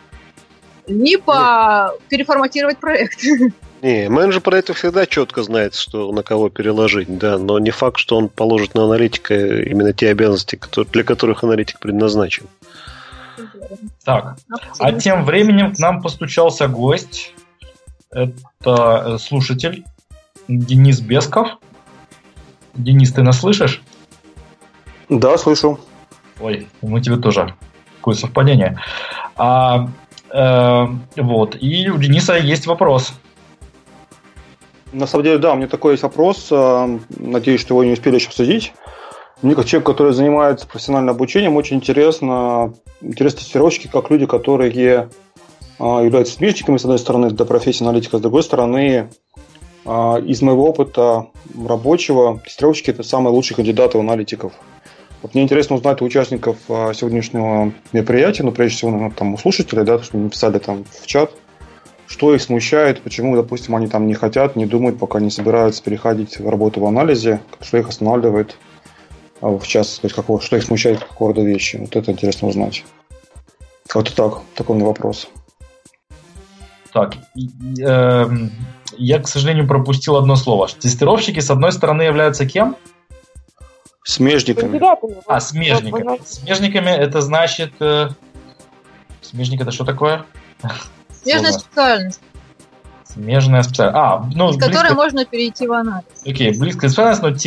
либо переформатировать проект. Не, менеджер проекта всегда четко знает, что на кого переложить, да, но не факт, что он положит на аналитика именно те обязанности, для которых аналитик предназначен. Так, а тем временем к нам постучался гость. Это слушатель Денис Бесков. Денис, ты нас слышишь? Да, слышу. Ой, мы тебе тоже. Какое совпадение. Вот. И у Дениса есть вопрос. На самом деле, да, у меня такой есть вопрос. Надеюсь, что его не успели еще обсудить. Мне, как человек, который занимается профессиональным обучением, очень интересны тестировщики, как люди, которые являются смежниками, с одной стороны, для профессии аналитика, с другой стороны, из моего опыта рабочего, тестировщики – это самые лучшие кандидаты в аналитиков. Вот мне интересно узнать у участников сегодняшнего мероприятия, но прежде всего, там, у слушателей, да, что написали там в чат, что их смущает, почему, допустим, они там не хотят, не думают, пока не собираются переходить в работу в анализе, что их останавливает, в частности, что их смущает, какого рода вещи. Вот это интересно узнать. Вот так, такой у меня вопрос. Так, я, к сожалению, пропустил одно слово. Тестировщики, с одной стороны, являются кем? Смежниками. Смежниками. Смежниками это значит... Смежник это что такое? Смежная специальность. Смежная специальность. Из которой можно перейти в анализ. Окей, близкая специальность, но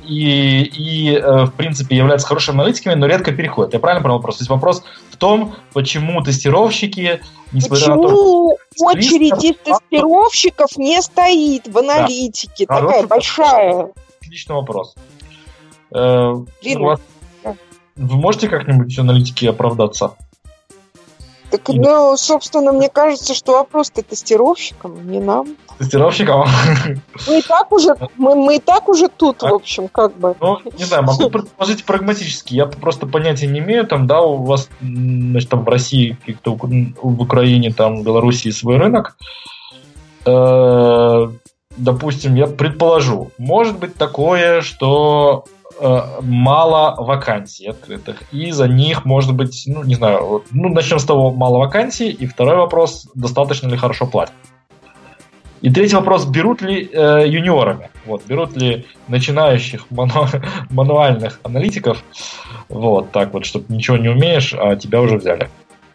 в принципе являются хорошими аналитиками, но редко переходят. Я правильно понял вопрос? То есть вопрос в том, почему тестировщики, несмотря на то, почему очередь из тестировщиков не стоит в аналитике? Да. Такая большая. Отличный вопрос. Вы можете как-нибудь аналитики оправдаться? Так, собственно, мне кажется, что вопрос-то тестировщикам, не нам. Тестировщикам? Мы и так уже тут, в общем, как бы. Не знаю, могу предположить прагматически. Я просто понятия не имею, там, да, у вас, значит, там в России, в Украине, там, в Белоруссии свой рынок. Допустим, я предположу, может быть такое, что мало вакансий открытых, и за них, может быть, не знаю, начнем с того, мало вакансий, и второй вопрос, достаточно ли хорошо платят? И третий вопрос, берут ли юниорами? Вот, берут ли начинающих мануальных аналитиков? Вот, так вот, чтобы ничего не умеешь, а тебя уже взяли.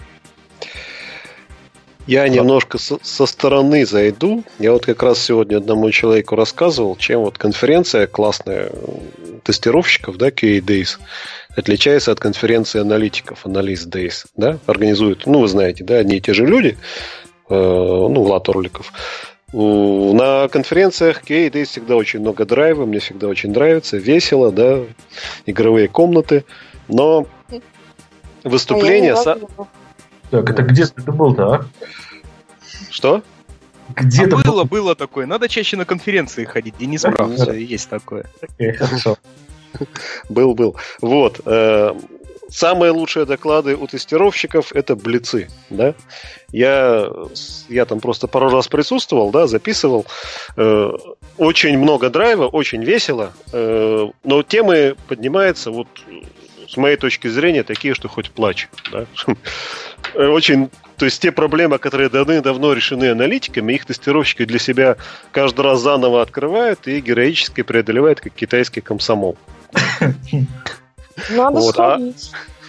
Я немножко со стороны зайду. Я вот как раз сегодня одному человеку рассказывал, чем вот конференция классная тестировщиков, да, QA Days, отличается от конференции аналитиков, Analyst Days, да, организуют, ну, вы знаете, да, одни и те же люди, Влад Орликов. На конференциях QA Days всегда очень много драйва, мне всегда очень нравится, весело, да, игровые комнаты, но выступление... Так, это где ты был-то, а? Что? Где-то было такое. Надо чаще на конференции ходить. Денис прав, есть такое. Хорошо. Был. Вот. Самые лучшие доклады у тестировщиков — это блицы, да? Я там просто пару раз присутствовал, да, записывал. Очень много драйва, очень весело, но темы поднимаются вот с моей точки зрения такие, что хоть плачь, да? Очень, то есть те проблемы, которые давным-давно решены аналитиками, их тестировщики для себя каждый раз заново открывают и героически преодолевают, как китайский комсомол. Надо сходить.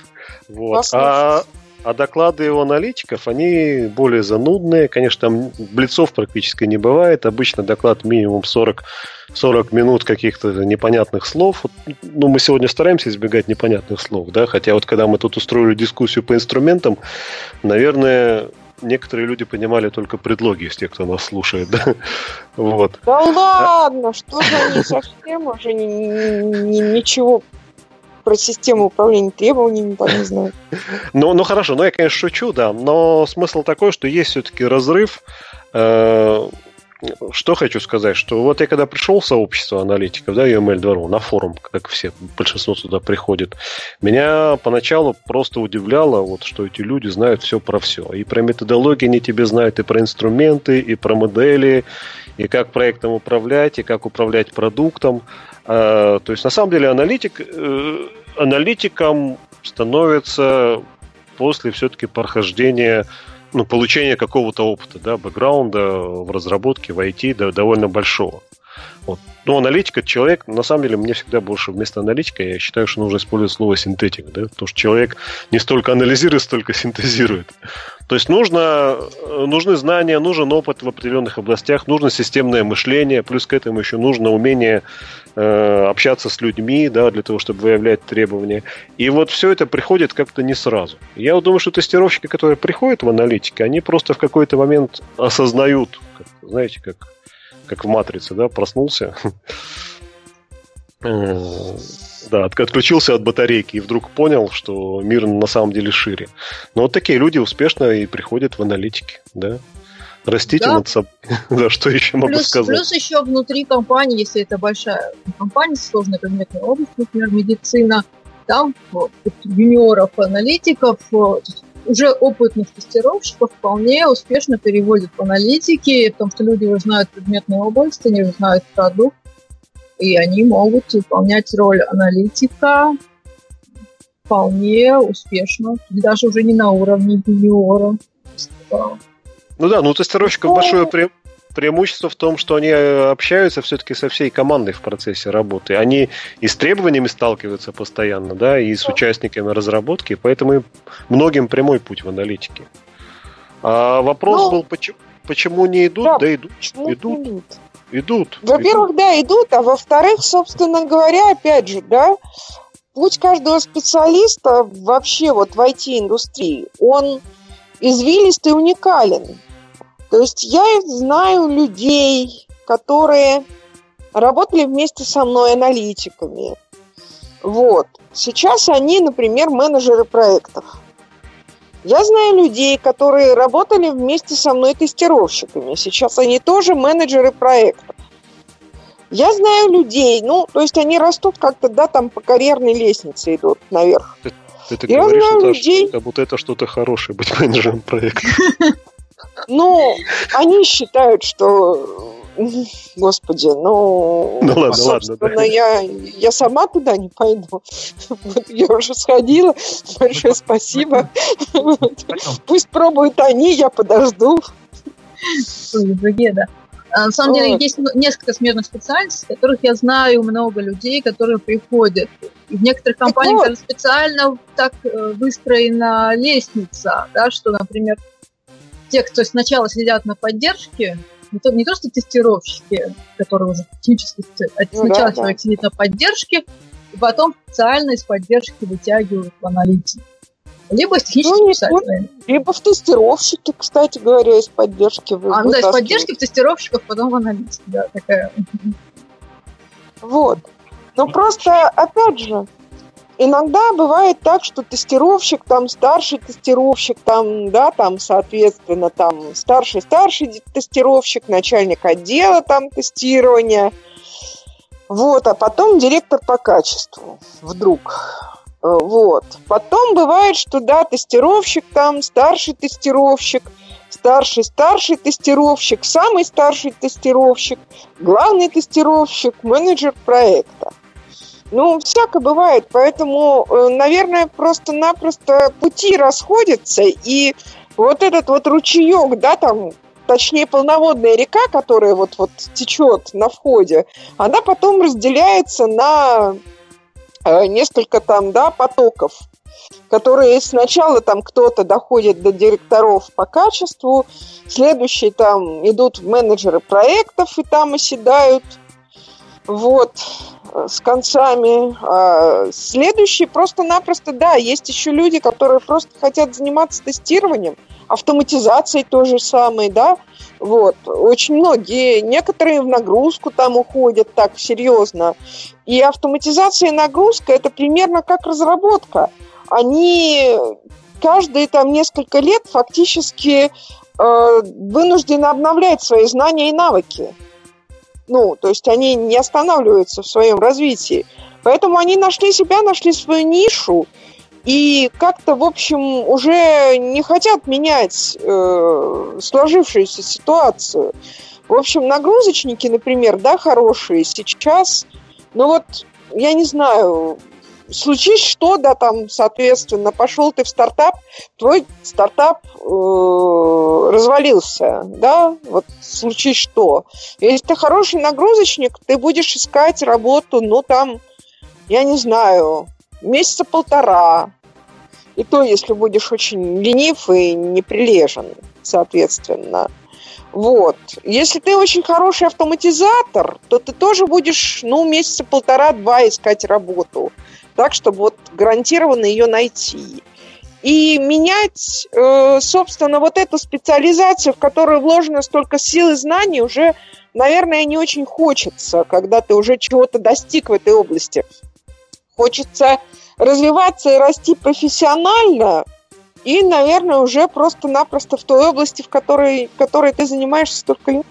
А доклады у аналитиков, они более занудные. Конечно, там блицов практически не бывает. Обычно доклад минимум 40 минут каких-то непонятных слов. Ну, мы сегодня стараемся избегать непонятных слов, да, хотя вот когда мы тут устроили дискуссию по инструментам, наверное, некоторые люди понимали только предлоги из тех, кто нас слушает, да. Вот. Да ладно, что же они совсем уже ничего про систему управления требованиями там не знаю. Ну, хорошо, я, конечно, шучу, да, но смысл такой, что есть все-таки разрыв. Что хочу сказать, что вот я когда пришел в сообщество аналитиков, да, UML2.ru, на форум, как все, большинство туда приходит, меня поначалу просто удивляло, вот, что эти люди знают все про все. И про методологии они тебе знают, и про инструменты, и про модели, и как проектом управлять, и как управлять продуктом. То есть, на самом деле, аналитиком становится после все-таки прохождения, получения какого-то опыта, да, бэкграунда в разработке, в IT, да, довольно большого. Вот. Но аналитик — это человек, на самом деле, мне всегда больше вместо аналитика, я считаю, что нужно использовать слово синтетик, да, потому что человек не столько анализирует, столько синтезирует. То есть нужны знания, нужен опыт в определенных областях, нужно системное мышление, плюс к этому еще нужно умение общаться с людьми, да, для того, чтобы выявлять требования. И вот все это приходит как-то не сразу. Я вот думаю, что тестировщики, которые приходят в аналитику, они просто в какой-то момент осознают, знаете, как в «Матрице», да, проснулся, да, отключился от батарейки и вдруг понял, что мир на самом деле шире. Но вот такие люди успешно и приходят в аналитики, да. Растите над собой. Да, что еще могу сказать? Плюс еще внутри компании, если это большая компания с сложной предметной областью, например, медицина, там юниоров, аналитиков, уже опытных тестировщиков вполне успешно переводят в аналитики, потому что люди уже знают предметную область, они уже знают продукт, и они могут выполнять роль аналитика вполне успешно, даже уже не на уровне юниора. Ну да, у тестировщиков большое преимущество в том, что они общаются все-таки со всей командой в процессе работы. Они и с требованиями сталкиваются постоянно, да, и с участниками разработки, поэтому многим прямой путь в аналитике. А вопрос был, почему не идут? Да, идут. Во-первых, да, идут, а во-вторых, собственно говоря, опять же, да, путь каждого специалиста вообще вот в IT-индустрии, он извилистый и уникален. То есть я знаю людей, которые работали вместе со мной аналитиками. Вот. Сейчас они, например, менеджеры проектов. Я знаю людей, которые работали вместе со мной тестировщиками. Сейчас они тоже менеджеры проектов. Я знаю людей, то есть они растут как-то, да, там по карьерной лестнице идут наверх. Ты говоришь, как будто это что-то хорошее, быть менеджером проекта. Они считают, что... Господи, ладно. Я сама туда не пойду. Вот я уже сходила. Большое спасибо. Пусть пробуют они, я подожду. Другие, да. На самом деле есть несколько смежных специальностей, в которых я знаю много людей, которые приходят. И в некоторых компаниях даже специально так выстроена лестница, да, что, например, те, кто сначала сидят на поддержке, не то что тестировщики, которые уже технически, сначала человек сидит на поддержке, и потом специально из поддержки вытягивают в аналитику. Либо из технических специалистов. Либо в тестировщике, кстати говоря, из поддержки. Да, из поддержки в тестировщиках, потом в аналитике. Да, такая. Вот. Но просто, опять же, иногда бывает так, что тестировщик, там, старший тестировщик, там, да, там, соответственно, там, старший тестировщик, начальник отдела, там, тестирования. Вот, а потом директор по качеству. Вдруг. Вот. Потом бывает, что, да, тестировщик там, старший тестировщик, старший тестировщик, самый старший тестировщик, главный тестировщик, менеджер проекта. Ну, всяко бывает, поэтому, наверное, просто-напросто пути расходятся, и вот этот вот ручеек, да, там, точнее, полноводная река, которая вот течет на входе, она потом разделяется на несколько там, да, потоков, которые сначала там кто-то доходит до директоров по качеству, следующие там идут в менеджеры проектов и там оседают, вот, с концами. А следующие просто-напросто, да, есть еще люди, которые просто хотят заниматься тестированием, автоматизацией то же самое, да, вот, очень многие, некоторые в нагрузку там уходят так серьезно, и автоматизация и нагрузка это примерно как разработка, они каждые там несколько лет фактически вынуждены обновлять свои знания и навыки, ну, то есть они не останавливаются в своем развитии, поэтому они нашли себя, нашли свою нишу, и как-то, в общем, уже не хотят менять сложившуюся ситуацию. В общем, нагрузочники, например, да, хорошие сейчас, но вот, я не знаю, случись что, да, там, соответственно, пошел ты в стартап, твой стартап развалился, да, вот случись что. Если ты хороший нагрузочник, ты будешь искать работу, ну, там, я не знаю, месяца полтора. И то, если будешь очень ленив и неприлежен, соответственно. Вот. Если ты очень хороший автоматизатор, то ты тоже будешь, ну, месяца полтора-два искать работу. Так, чтобы вот гарантированно ее найти. И менять, собственно, вот эту специализацию, в которую вложено столько сил и знаний, уже, наверное, не очень хочется, когда ты уже чего-то достиг в этой области. Хочется развиваться и расти профессионально и, наверное, уже просто-напросто в той области, в которой ты занимаешься столько лет.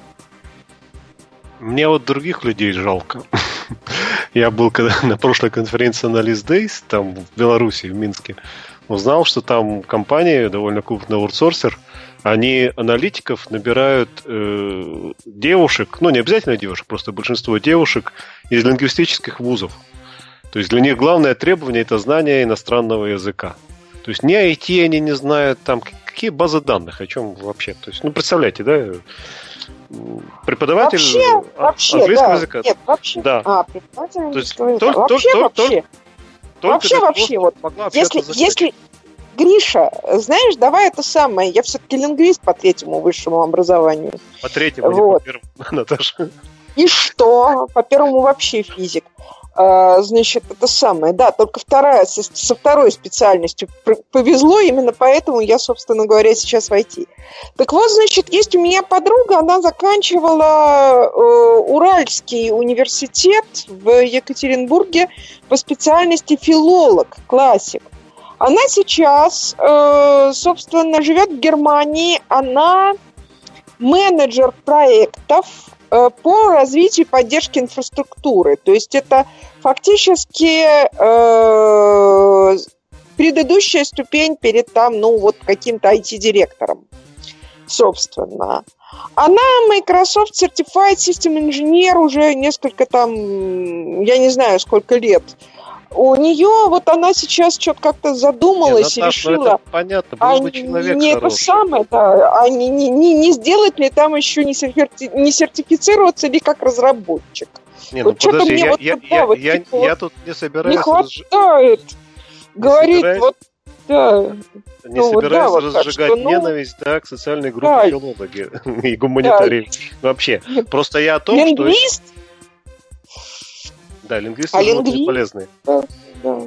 Мне вот других людей жалко. Я был на прошлой конференции Analyst Days, там в Беларуси, в Минске, узнал, что там компания, довольно крупный аутсорсер, они аналитиков набирают девушек, ну не обязательно девушек, просто большинство девушек из лингвистических вузов. То есть для них главное требование – это знание иностранного языка. То есть ни IT они не знают, там какие базы данных, о чем вообще. То есть, ну, представляете, да, преподаватель вообще, английского да. языка. Нет, вообще. Да. Преподаватель английского языка. Вообще, вот, если, Гриша, знаешь, давай это самое, я все-таки лингвист по третьему высшему образованию. По третьему, вот. Не по первому, Наташа. И что? По первому вообще физик. Значит, это самое, да, только со второй специальностью повезло, именно поэтому я, собственно говоря, сейчас в IT. Так вот, значит, есть у меня подруга, она заканчивала Уральский университет в Екатеринбурге по специальности филолог, классик. Она сейчас, собственно, живет в Германии, она менеджер проектов по развитию и поддержке инфраструктуры. То есть это фактически предыдущая ступень перед там, ну, вот каким-то IT-директором, собственно. Она Microsoft Certified System Engineer уже несколько там, я не знаю, сколько лет. у нее вот она сейчас что-то как-то задумалась и решила. Это понятно, был бы человек не хороший. Это самое, да, а не сделать ли там еще не сертифицироваться ли как разработчик. Не, ну вот подожди, я тут не собираюсь... Не хватает. Говорит, вот, да. Не собираюсь разжигать ненависть, да, к социальной группе филологи и гуманитарии. Вообще, просто я о том, что... Лингвист? Да, лингвисты очень полезные. Да.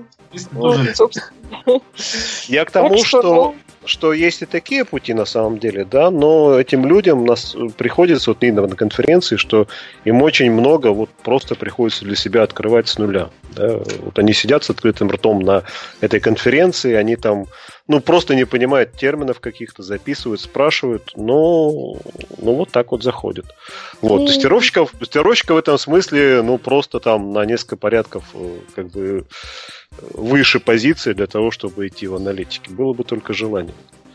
Я к тому, что есть и такие пути на самом деле, да, но этим людям нас приходится, вот на конференции, что им очень много вот просто приходится для себя открывать с нуля. Да? Вот они сидят с открытым ртом на этой конференции, они там, просто не понимают терминов каких-то, записывают, спрашивают, но вот так вот заходят. Вот. Тестировщиков в этом смысле, просто там на несколько порядков как бы выше позиции для того, чтобы идти в аналитике. Было бы только желание.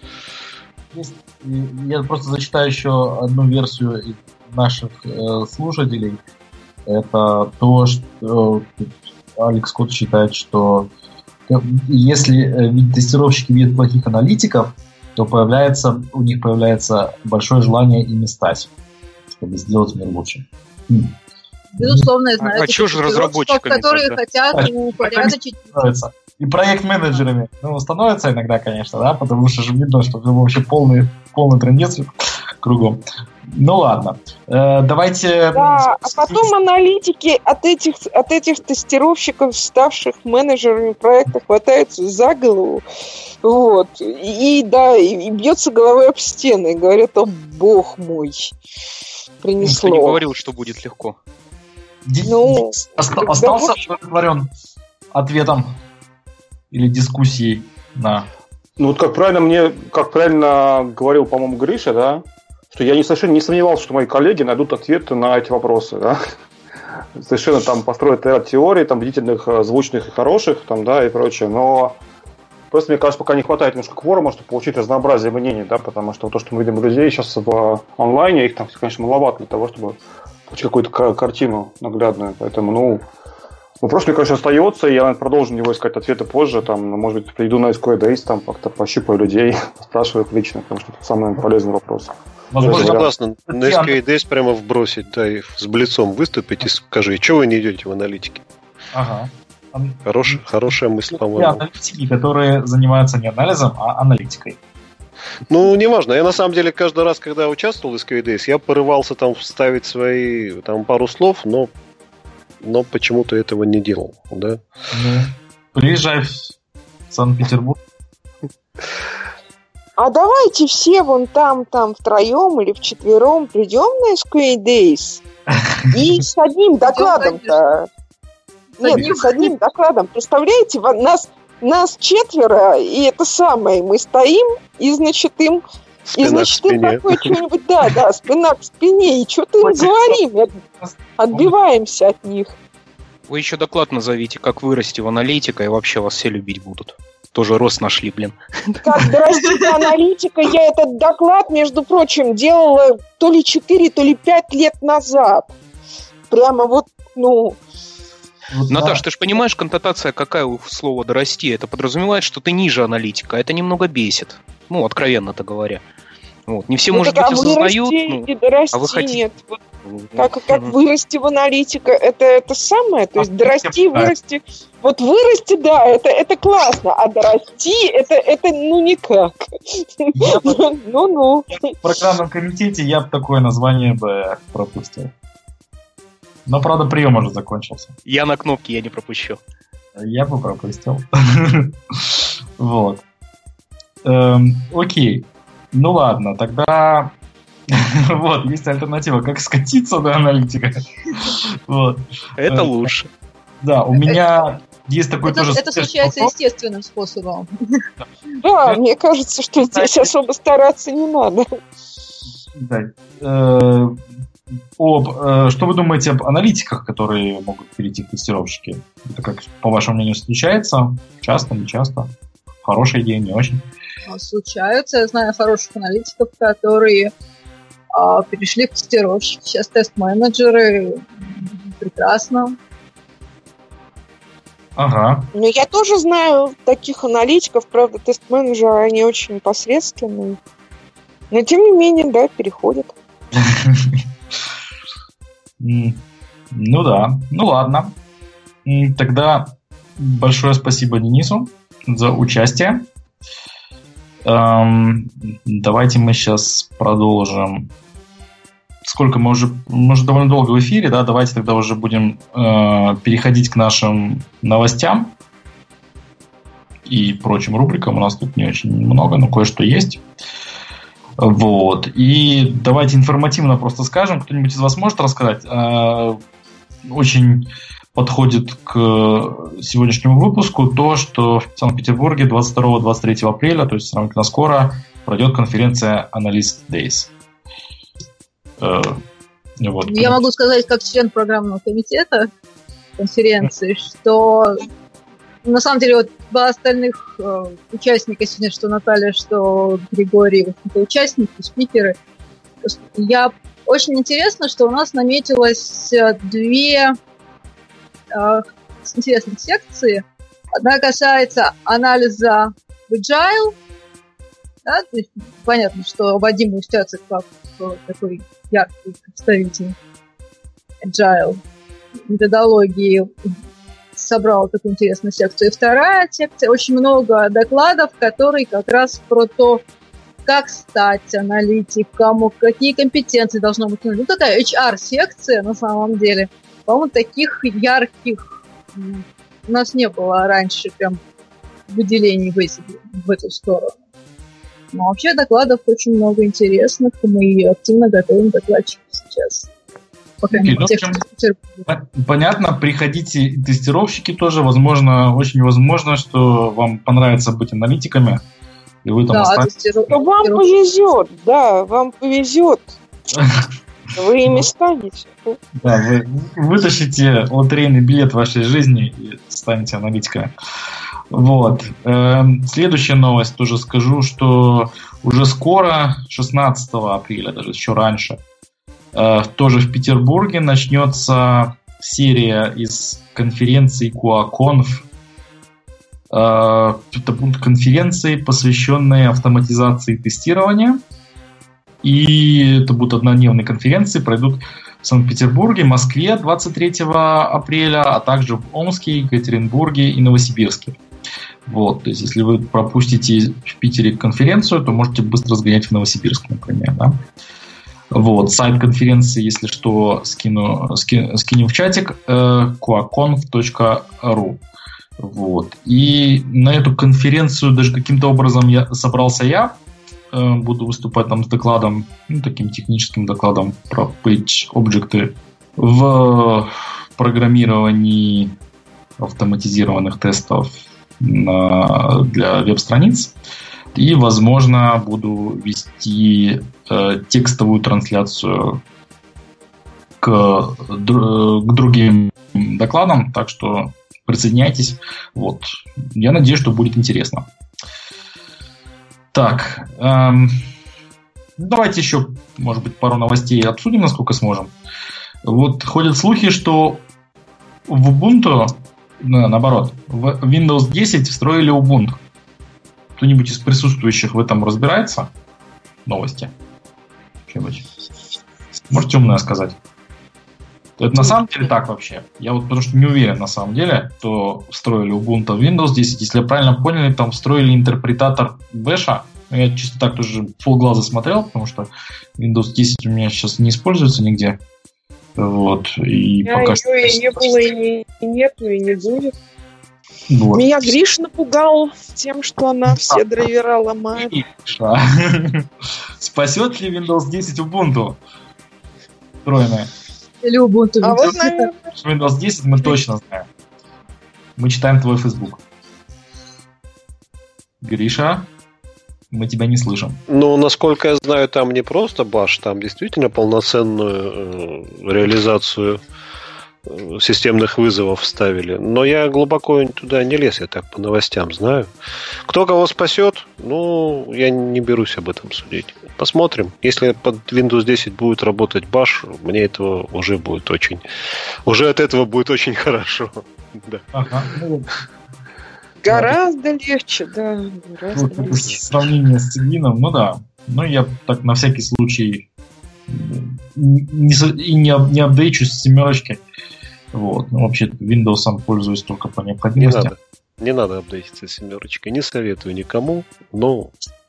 Я просто зачитаю еще одну версию наших слушателей. Это то, что Алекс Кот считает, что если тестировщики видят плохих аналитиков, то у них появляется большое желание ими стать, чтобы сделать мир лучше. Безусловно, я знаю. А что же разработчиками? Которые хотят упорядочить. И проект-менеджерами. Становятся иногда, конечно, да, потому что же видно, что вообще полный трындец кругом. Ладно. Давайте... Да, а потом аналитики от этих тестировщиков, ставших менеджерами проекта, хватаются за голову. Вот. И бьется головой об стены. И говорят, о, бог мой, принесло. Никто не говорил, что будет легко. Остался удовлетворен ответом или дискуссией на... Вот как правильно говорил, по-моему, Гриша, да, что я совершенно не сомневался, что мои коллеги найдут ответы на эти вопросы, да. Совершенно там построят ряд теорий, там, бдительных, звучных и хороших, там, да, и прочее, но просто, мне кажется, пока не хватает немножко кворума, чтобы получить разнообразие мнений, да, потому что то, что мы видим у людей сейчас в онлайне, их там, конечно, маловато для того, чтобы получить какую-то картину наглядную, поэтому, вопрос, мне, конечно, остается, и я продолжу на него искать ответы позже, там, может быть, приду на SQL Days, там, как-то пощупаю людей, спрашиваю их лично, потому что это самый полезный вопрос. Возможно, согласна, на SQL Days прямо вбросить, да, и с блицом выступить и скажи, что вы не идете в аналитике? Ага. Хорошая мысль, по-моему. Аналитики, которые занимаются не анализом, а аналитикой. Неважно. Я на самом деле каждый раз, когда участвовал в SQL Days, я порывался там вставить свои там пару слов, но почему-то этого не делал, да? Приезжай в Санкт-Петербург. А давайте все вон там втроем или вчетвером придем на SQL Days и с одним докладом-то. Нет, с одним докладом. Представляете, нас четверо, и это самое, мы стоим, и, значит, им такое что-нибудь, спина к спине, и что-то им говорим, отбиваемся от них. Вы еще доклад назовите, как вырасти в аналитика, и вообще вас все любить будут. Тоже рост нашли, блин. Как дорасти до аналитика, я этот доклад, между прочим, делала то ли 4, то ли 5 лет назад. Прямо Наташ, ты же понимаешь, коннотация какая у слова «дорасти»? Это подразумевает, что ты ниже аналитика. Это немного бесит. Откровенно-то говоря. Не все, может быть, осознают. И дорасти, а вы хотите... Нет. Как вырасти в аналитика, это самое. То есть дорасти, вырасти. Вот вырасти, да, это классно. А дорасти, это никак. В программном комитете я бы такое название бы пропустил. Но, правда, прием уже закончился. Я на кнопке, я не пропущу. Я бы пропустил. Вот. Окей. Ладно, тогда... Вот, есть альтернатива. Как скатиться до аналитика. Вот. Это лучше. Да, у меня есть такой тоже... Это случается естественным способом. Да, мне кажется, что здесь особо стараться не надо. Да. Что вы думаете об аналитиках, которые могут перейти к тестировщике? Это как, по вашему мнению, случается? Часто, не часто? Хорошая идея, не очень? Случаются. Я знаю хороших аналитиков, которые перешли к тестировщику. Сейчас тест-менеджеры. Прекрасно. Ага. Ну, я тоже знаю таких аналитиков, правда, тест-менеджеры, они очень посредственные. Но, тем не менее, да, переходят. Ну да. Ну ладно. Тогда большое спасибо Денису за участие. Давайте мы сейчас продолжим. Сколько мы уже довольно долго в эфире, да? Давайте тогда уже будем переходить к нашим новостям и прочим рубрикам. У нас тут не очень много, но кое-что есть. Вот. И давайте информативно просто скажем. Кто-нибудь из вас может рассказать? Очень подходит к сегодняшнему выпуску то, что в Санкт-Петербурге 22-23 апреля, то есть сравнительно скоро, пройдет конференция Analyst Days. Вот. Я могу сказать, как член программного комитета конференции, что на самом деле вот два остальных участника сегодня, что Наталья, что Григорий, это участники, спикеры. Я очень интересно, что у нас наметилось две интересных секции. Одна касается анализа в Agile. Да? То есть понятно, что Вадим Устяцев как такой яркий представитель Agile методологии собрал такую интересную секцию. И вторая секция, очень много докладов, которые как раз про то, как стать аналитиком, какие компетенции должны быть. Ну, такая HR-секция на самом деле. По-моему, таких ярких у нас не было раньше прям выделений в эту сторону. Но вообще докладов очень много интересных, и мы активно готовим докладчиков сейчас. Понятно, приходите тестировщики тоже. Возможно, очень возможно, что вам понравится быть аналитиками. И вы там останетесь. Вам повезет, да, вам повезет. Вы ими станете. Да, вы вытащите лотерейный билет в вашей жизни и станете аналитиками. Вот. Следующая новость тоже скажу, что уже скоро, 16 апреля, даже еще раньше, тоже в Петербурге начнется серия из конференций QA-Conf. Это будут конференции, посвященные автоматизации тестирования. И это будут однодневные конференции, пройдут в Санкт-Петербурге, Москве 23 апреля, а также в Омске, Екатеринбурге и Новосибирске. Вот, то есть, если вы пропустите в Питере конференцию, то можете быстро сгонять в Новосибирск, например, да? Вот, сайт конференции, если что, скинем в чатик, qaconf.ru. Вот. И на эту конференцию даже каким-то образом собрался я. Буду выступать там с докладом, таким техническим докладом про page-объекты в программировании автоматизированных тестов для веб-страниц. И, возможно, буду вести текстовую трансляцию к другим докладам. Так что присоединяйтесь. Вот. Я надеюсь, что будет интересно. Так. Давайте еще, может быть, пару новостей обсудим, насколько сможем. Вот ходят слухи, что в Ubuntu, наоборот, в Windows 10 встроили Ubuntu. Кто-нибудь из присутствующих в этом разбирается? Новости. Что-нибудь? Можете умное сказать? Это на самом деле так вообще? Я вот потому что не уверен на самом деле, что встроили Ubuntu в Windows 10. Если я правильно понял, там встроили интерпретатор Bash. Я чисто так тоже полглаза смотрел, потому что Windows 10 у меня сейчас не используется нигде. Вот. И пока что... Ее и не было, и нету, и не будет. Вот. Меня Гриш напугал тем, что она все драйвера ломает. Спасет ли Windows 10 Ubuntu? Встроенная. Или Ubuntu. А вот, наверное... Windows 10 мы точно знаем. Мы читаем твой Facebook. Гриша, мы тебя не слышим. Ну, насколько я знаю, там не просто Bash, там действительно полноценную реализацию системных вызовов вставили. Но я глубоко туда не лез, я так по новостям знаю. Кто кого спасет, ну, я не берусь об этом судить. Посмотрим. Если под Windows 10 будет работать Bash, мне этого уже будет очень... Уже от этого будет очень хорошо. Да. Ага. Гораздо легче, да. Гораздо легче. Сравнение с Цигвином, ну да. Ну, я так на всякий случай не апдейчусь с 7. Вот. Ну, вообще, Windows пользуюсь только по необходимости. Не надо апдейтиться с 7. Не советую никому, но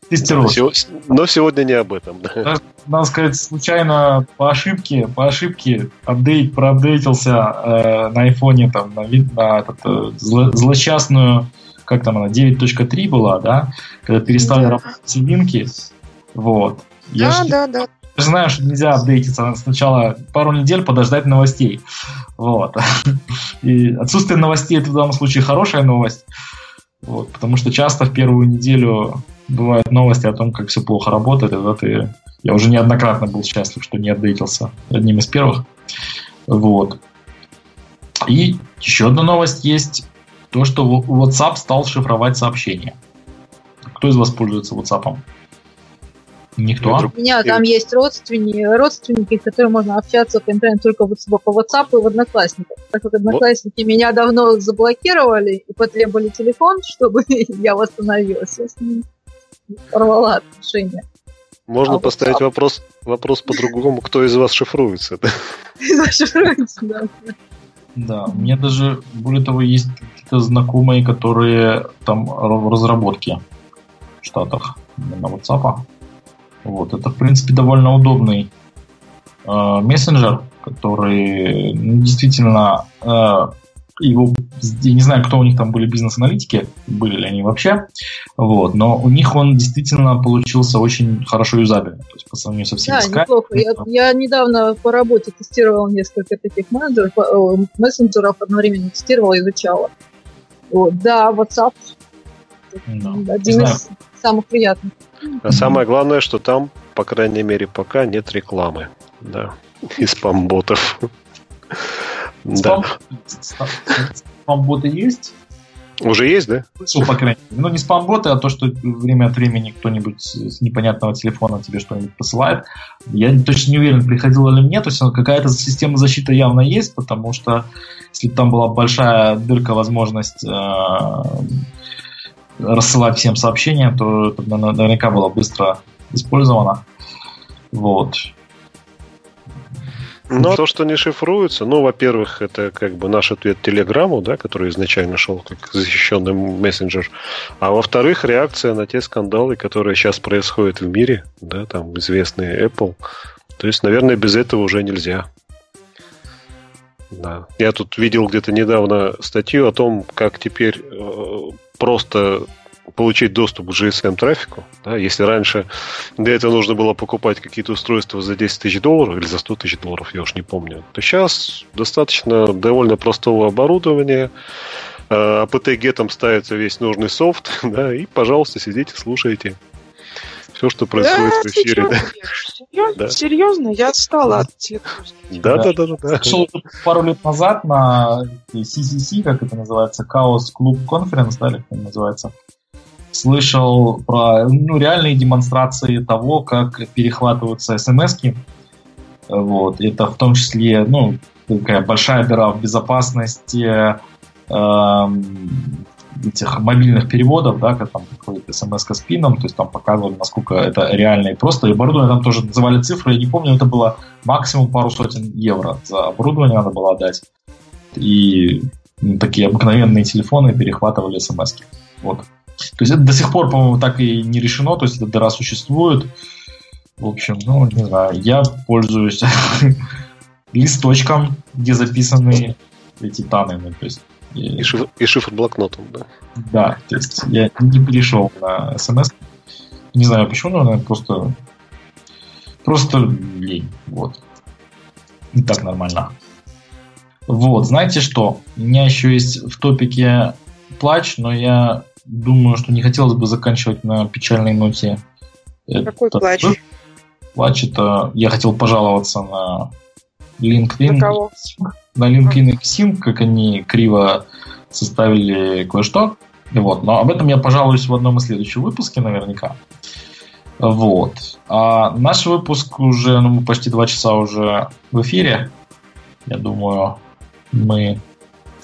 сегодня не об этом. Да. Надо сказать, случайно по ошибке проапдейтился на айфоне там, на злосчастную, как там она, 9.3 была, да, когда перестали работать силинки. Вот. Да. Я же знаю, что нельзя апдейтиться, надо сначала пару недель подождать новостей. Вот. И отсутствие новостей — это в данном случае хорошая новость. Вот, потому что часто в первую неделю бывают новости о том, как все плохо работает, и тогда я уже неоднократно был счастлив, что не апдейтился одним из первых. Вот. И еще одна новость есть. То, что WhatsApp стал шифровать сообщения. Кто из вас пользуется WhatsApp? Никто? У меня там есть родственники, с которыми можно общаться по интернету только по WhatsApp и в Одноклассниках. Так как Одноклассники меня давно заблокировали и потребовали телефон, чтобы я восстановилась. Я с ним порвала отношения. Можно поставить вопрос по-другому. Кто из вас шифруется? Шифруется, да. Да, у меня даже, более того, есть какие-то знакомые, которые там в разработке в Штатах на WhatsApp. Вот, это, в принципе, довольно удобный мессенджер, который действительно его, я не знаю, кто у них там были бизнес-аналитики, были ли они вообще, вот, но у них он действительно получился очень хорошо юзабельный, то есть по сравнению со всеми. Да, неплохо. Я недавно по работе тестировала несколько таких мессенджеров, одновременно тестировала, изучала. Вот, да, WhatsApp один из самых приятных. А самое главное, что там, по крайней мере, пока нет рекламы. Да. И спам-ботов. Да. Спам-боты есть? Уже есть, да? Слышал, по крайней мере. Ну, не спам-боты, а то, что время от времени кто-нибудь с непонятного телефона тебе что-нибудь посылает. Я точно не уверен, приходило ли мне. То есть какая-то система защиты явно есть, потому что если бы там была большая дырка, возможность рассылать всем сообщения, то это наверняка было быстро использовано. Вот. Но то, что не шифруется, во-первых, это как бы наш ответ Телеграму, да, который изначально шел как защищенный мессенджер. А во-вторых, реакция на те скандалы, которые сейчас происходят в мире, да, там известные Apple. То есть, наверное, без этого уже нельзя. Да. Я тут видел где-то недавно статью о том, как теперь просто получить доступ к GSM-трафику. Да, если раньше для этого нужно было покупать какие-то устройства за $10 тысяч или за $100 тысяч, я уж не помню, то сейчас достаточно довольно простого оборудования. apt-get ставится весь нужный софт, да, и, пожалуйста, сидите, слушайте все, что происходит в эфире. Да. Серьезно? Я отстала от телефона. Да. Слышал пару лет назад на CCC, как это называется, Chaos Club Conference, да, или как это называется, слышал про реальные демонстрации того, как перехватываются смс-ки. Вот. Это в том числе такая большая дыра в безопасности этих мобильных переводов, да, как там приходит смс-ка с пином, то есть там показывали, насколько это реально и просто. И оборудование там тоже называли цифры, я не помню, это было максимум пару сотен евро за оборудование надо было отдать. И такие обыкновенные телефоны перехватывали смс-ки. Вот. То есть это до сих пор, по-моему, так и не решено, то есть эта дыра существует. В общем, не знаю, я пользуюсь листочком, где записаны эти данные, то есть и шифр-блокнотом, да? Да, то есть я не перешел на смс. Не знаю почему, наверное, просто лень. Вот. Не так нормально. Вот, знаете что? У меня еще есть в топике плач, но я думаю, что не хотелось бы заканчивать на печальной ноте. Какой плач? Плач — это я хотел пожаловаться на LinkedIn. На кого? На LinkedIn и Xing, как они криво составили кое-что. Вот. Но об этом я пожалуюсь в одном из следующих выпусков наверняка. Вот. А наш выпуск уже, мы почти 2 часа уже в эфире. Я думаю, мы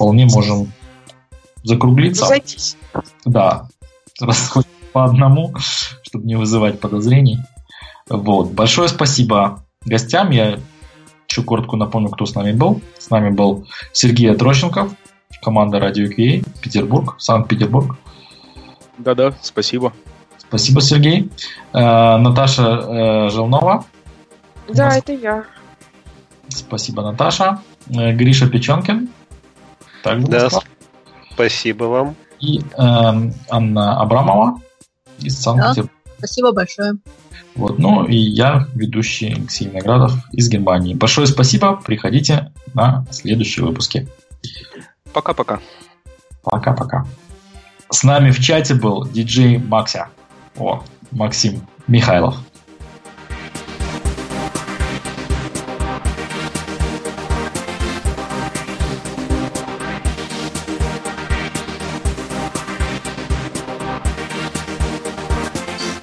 вполне можем закруглиться. Разойтись. Да, расходим по одному, чтобы не вызывать подозрений. Вот. Большое спасибо гостям. Я еще коротко напомню, кто с нами был. С нами был Сергей Трощенков, команда Радио QA, Петербург, Санкт-Петербург. Да-да, спасибо. Спасибо, Сергей. Наташа Желнова. Да, это я. Спасибо, Наташа. Гриша Печенкин. Также да, Москва. Спасибо вам. И Анна Абрамова из Санкт-Петербурга. Спасибо большое. Вот, ну и я, ведущий Алексей Виноградов из Германии. Большое спасибо. Приходите на следующие выпуски. Пока-пока. Пока-пока. С нами в чате был диджей Макся. Максим Михайлов.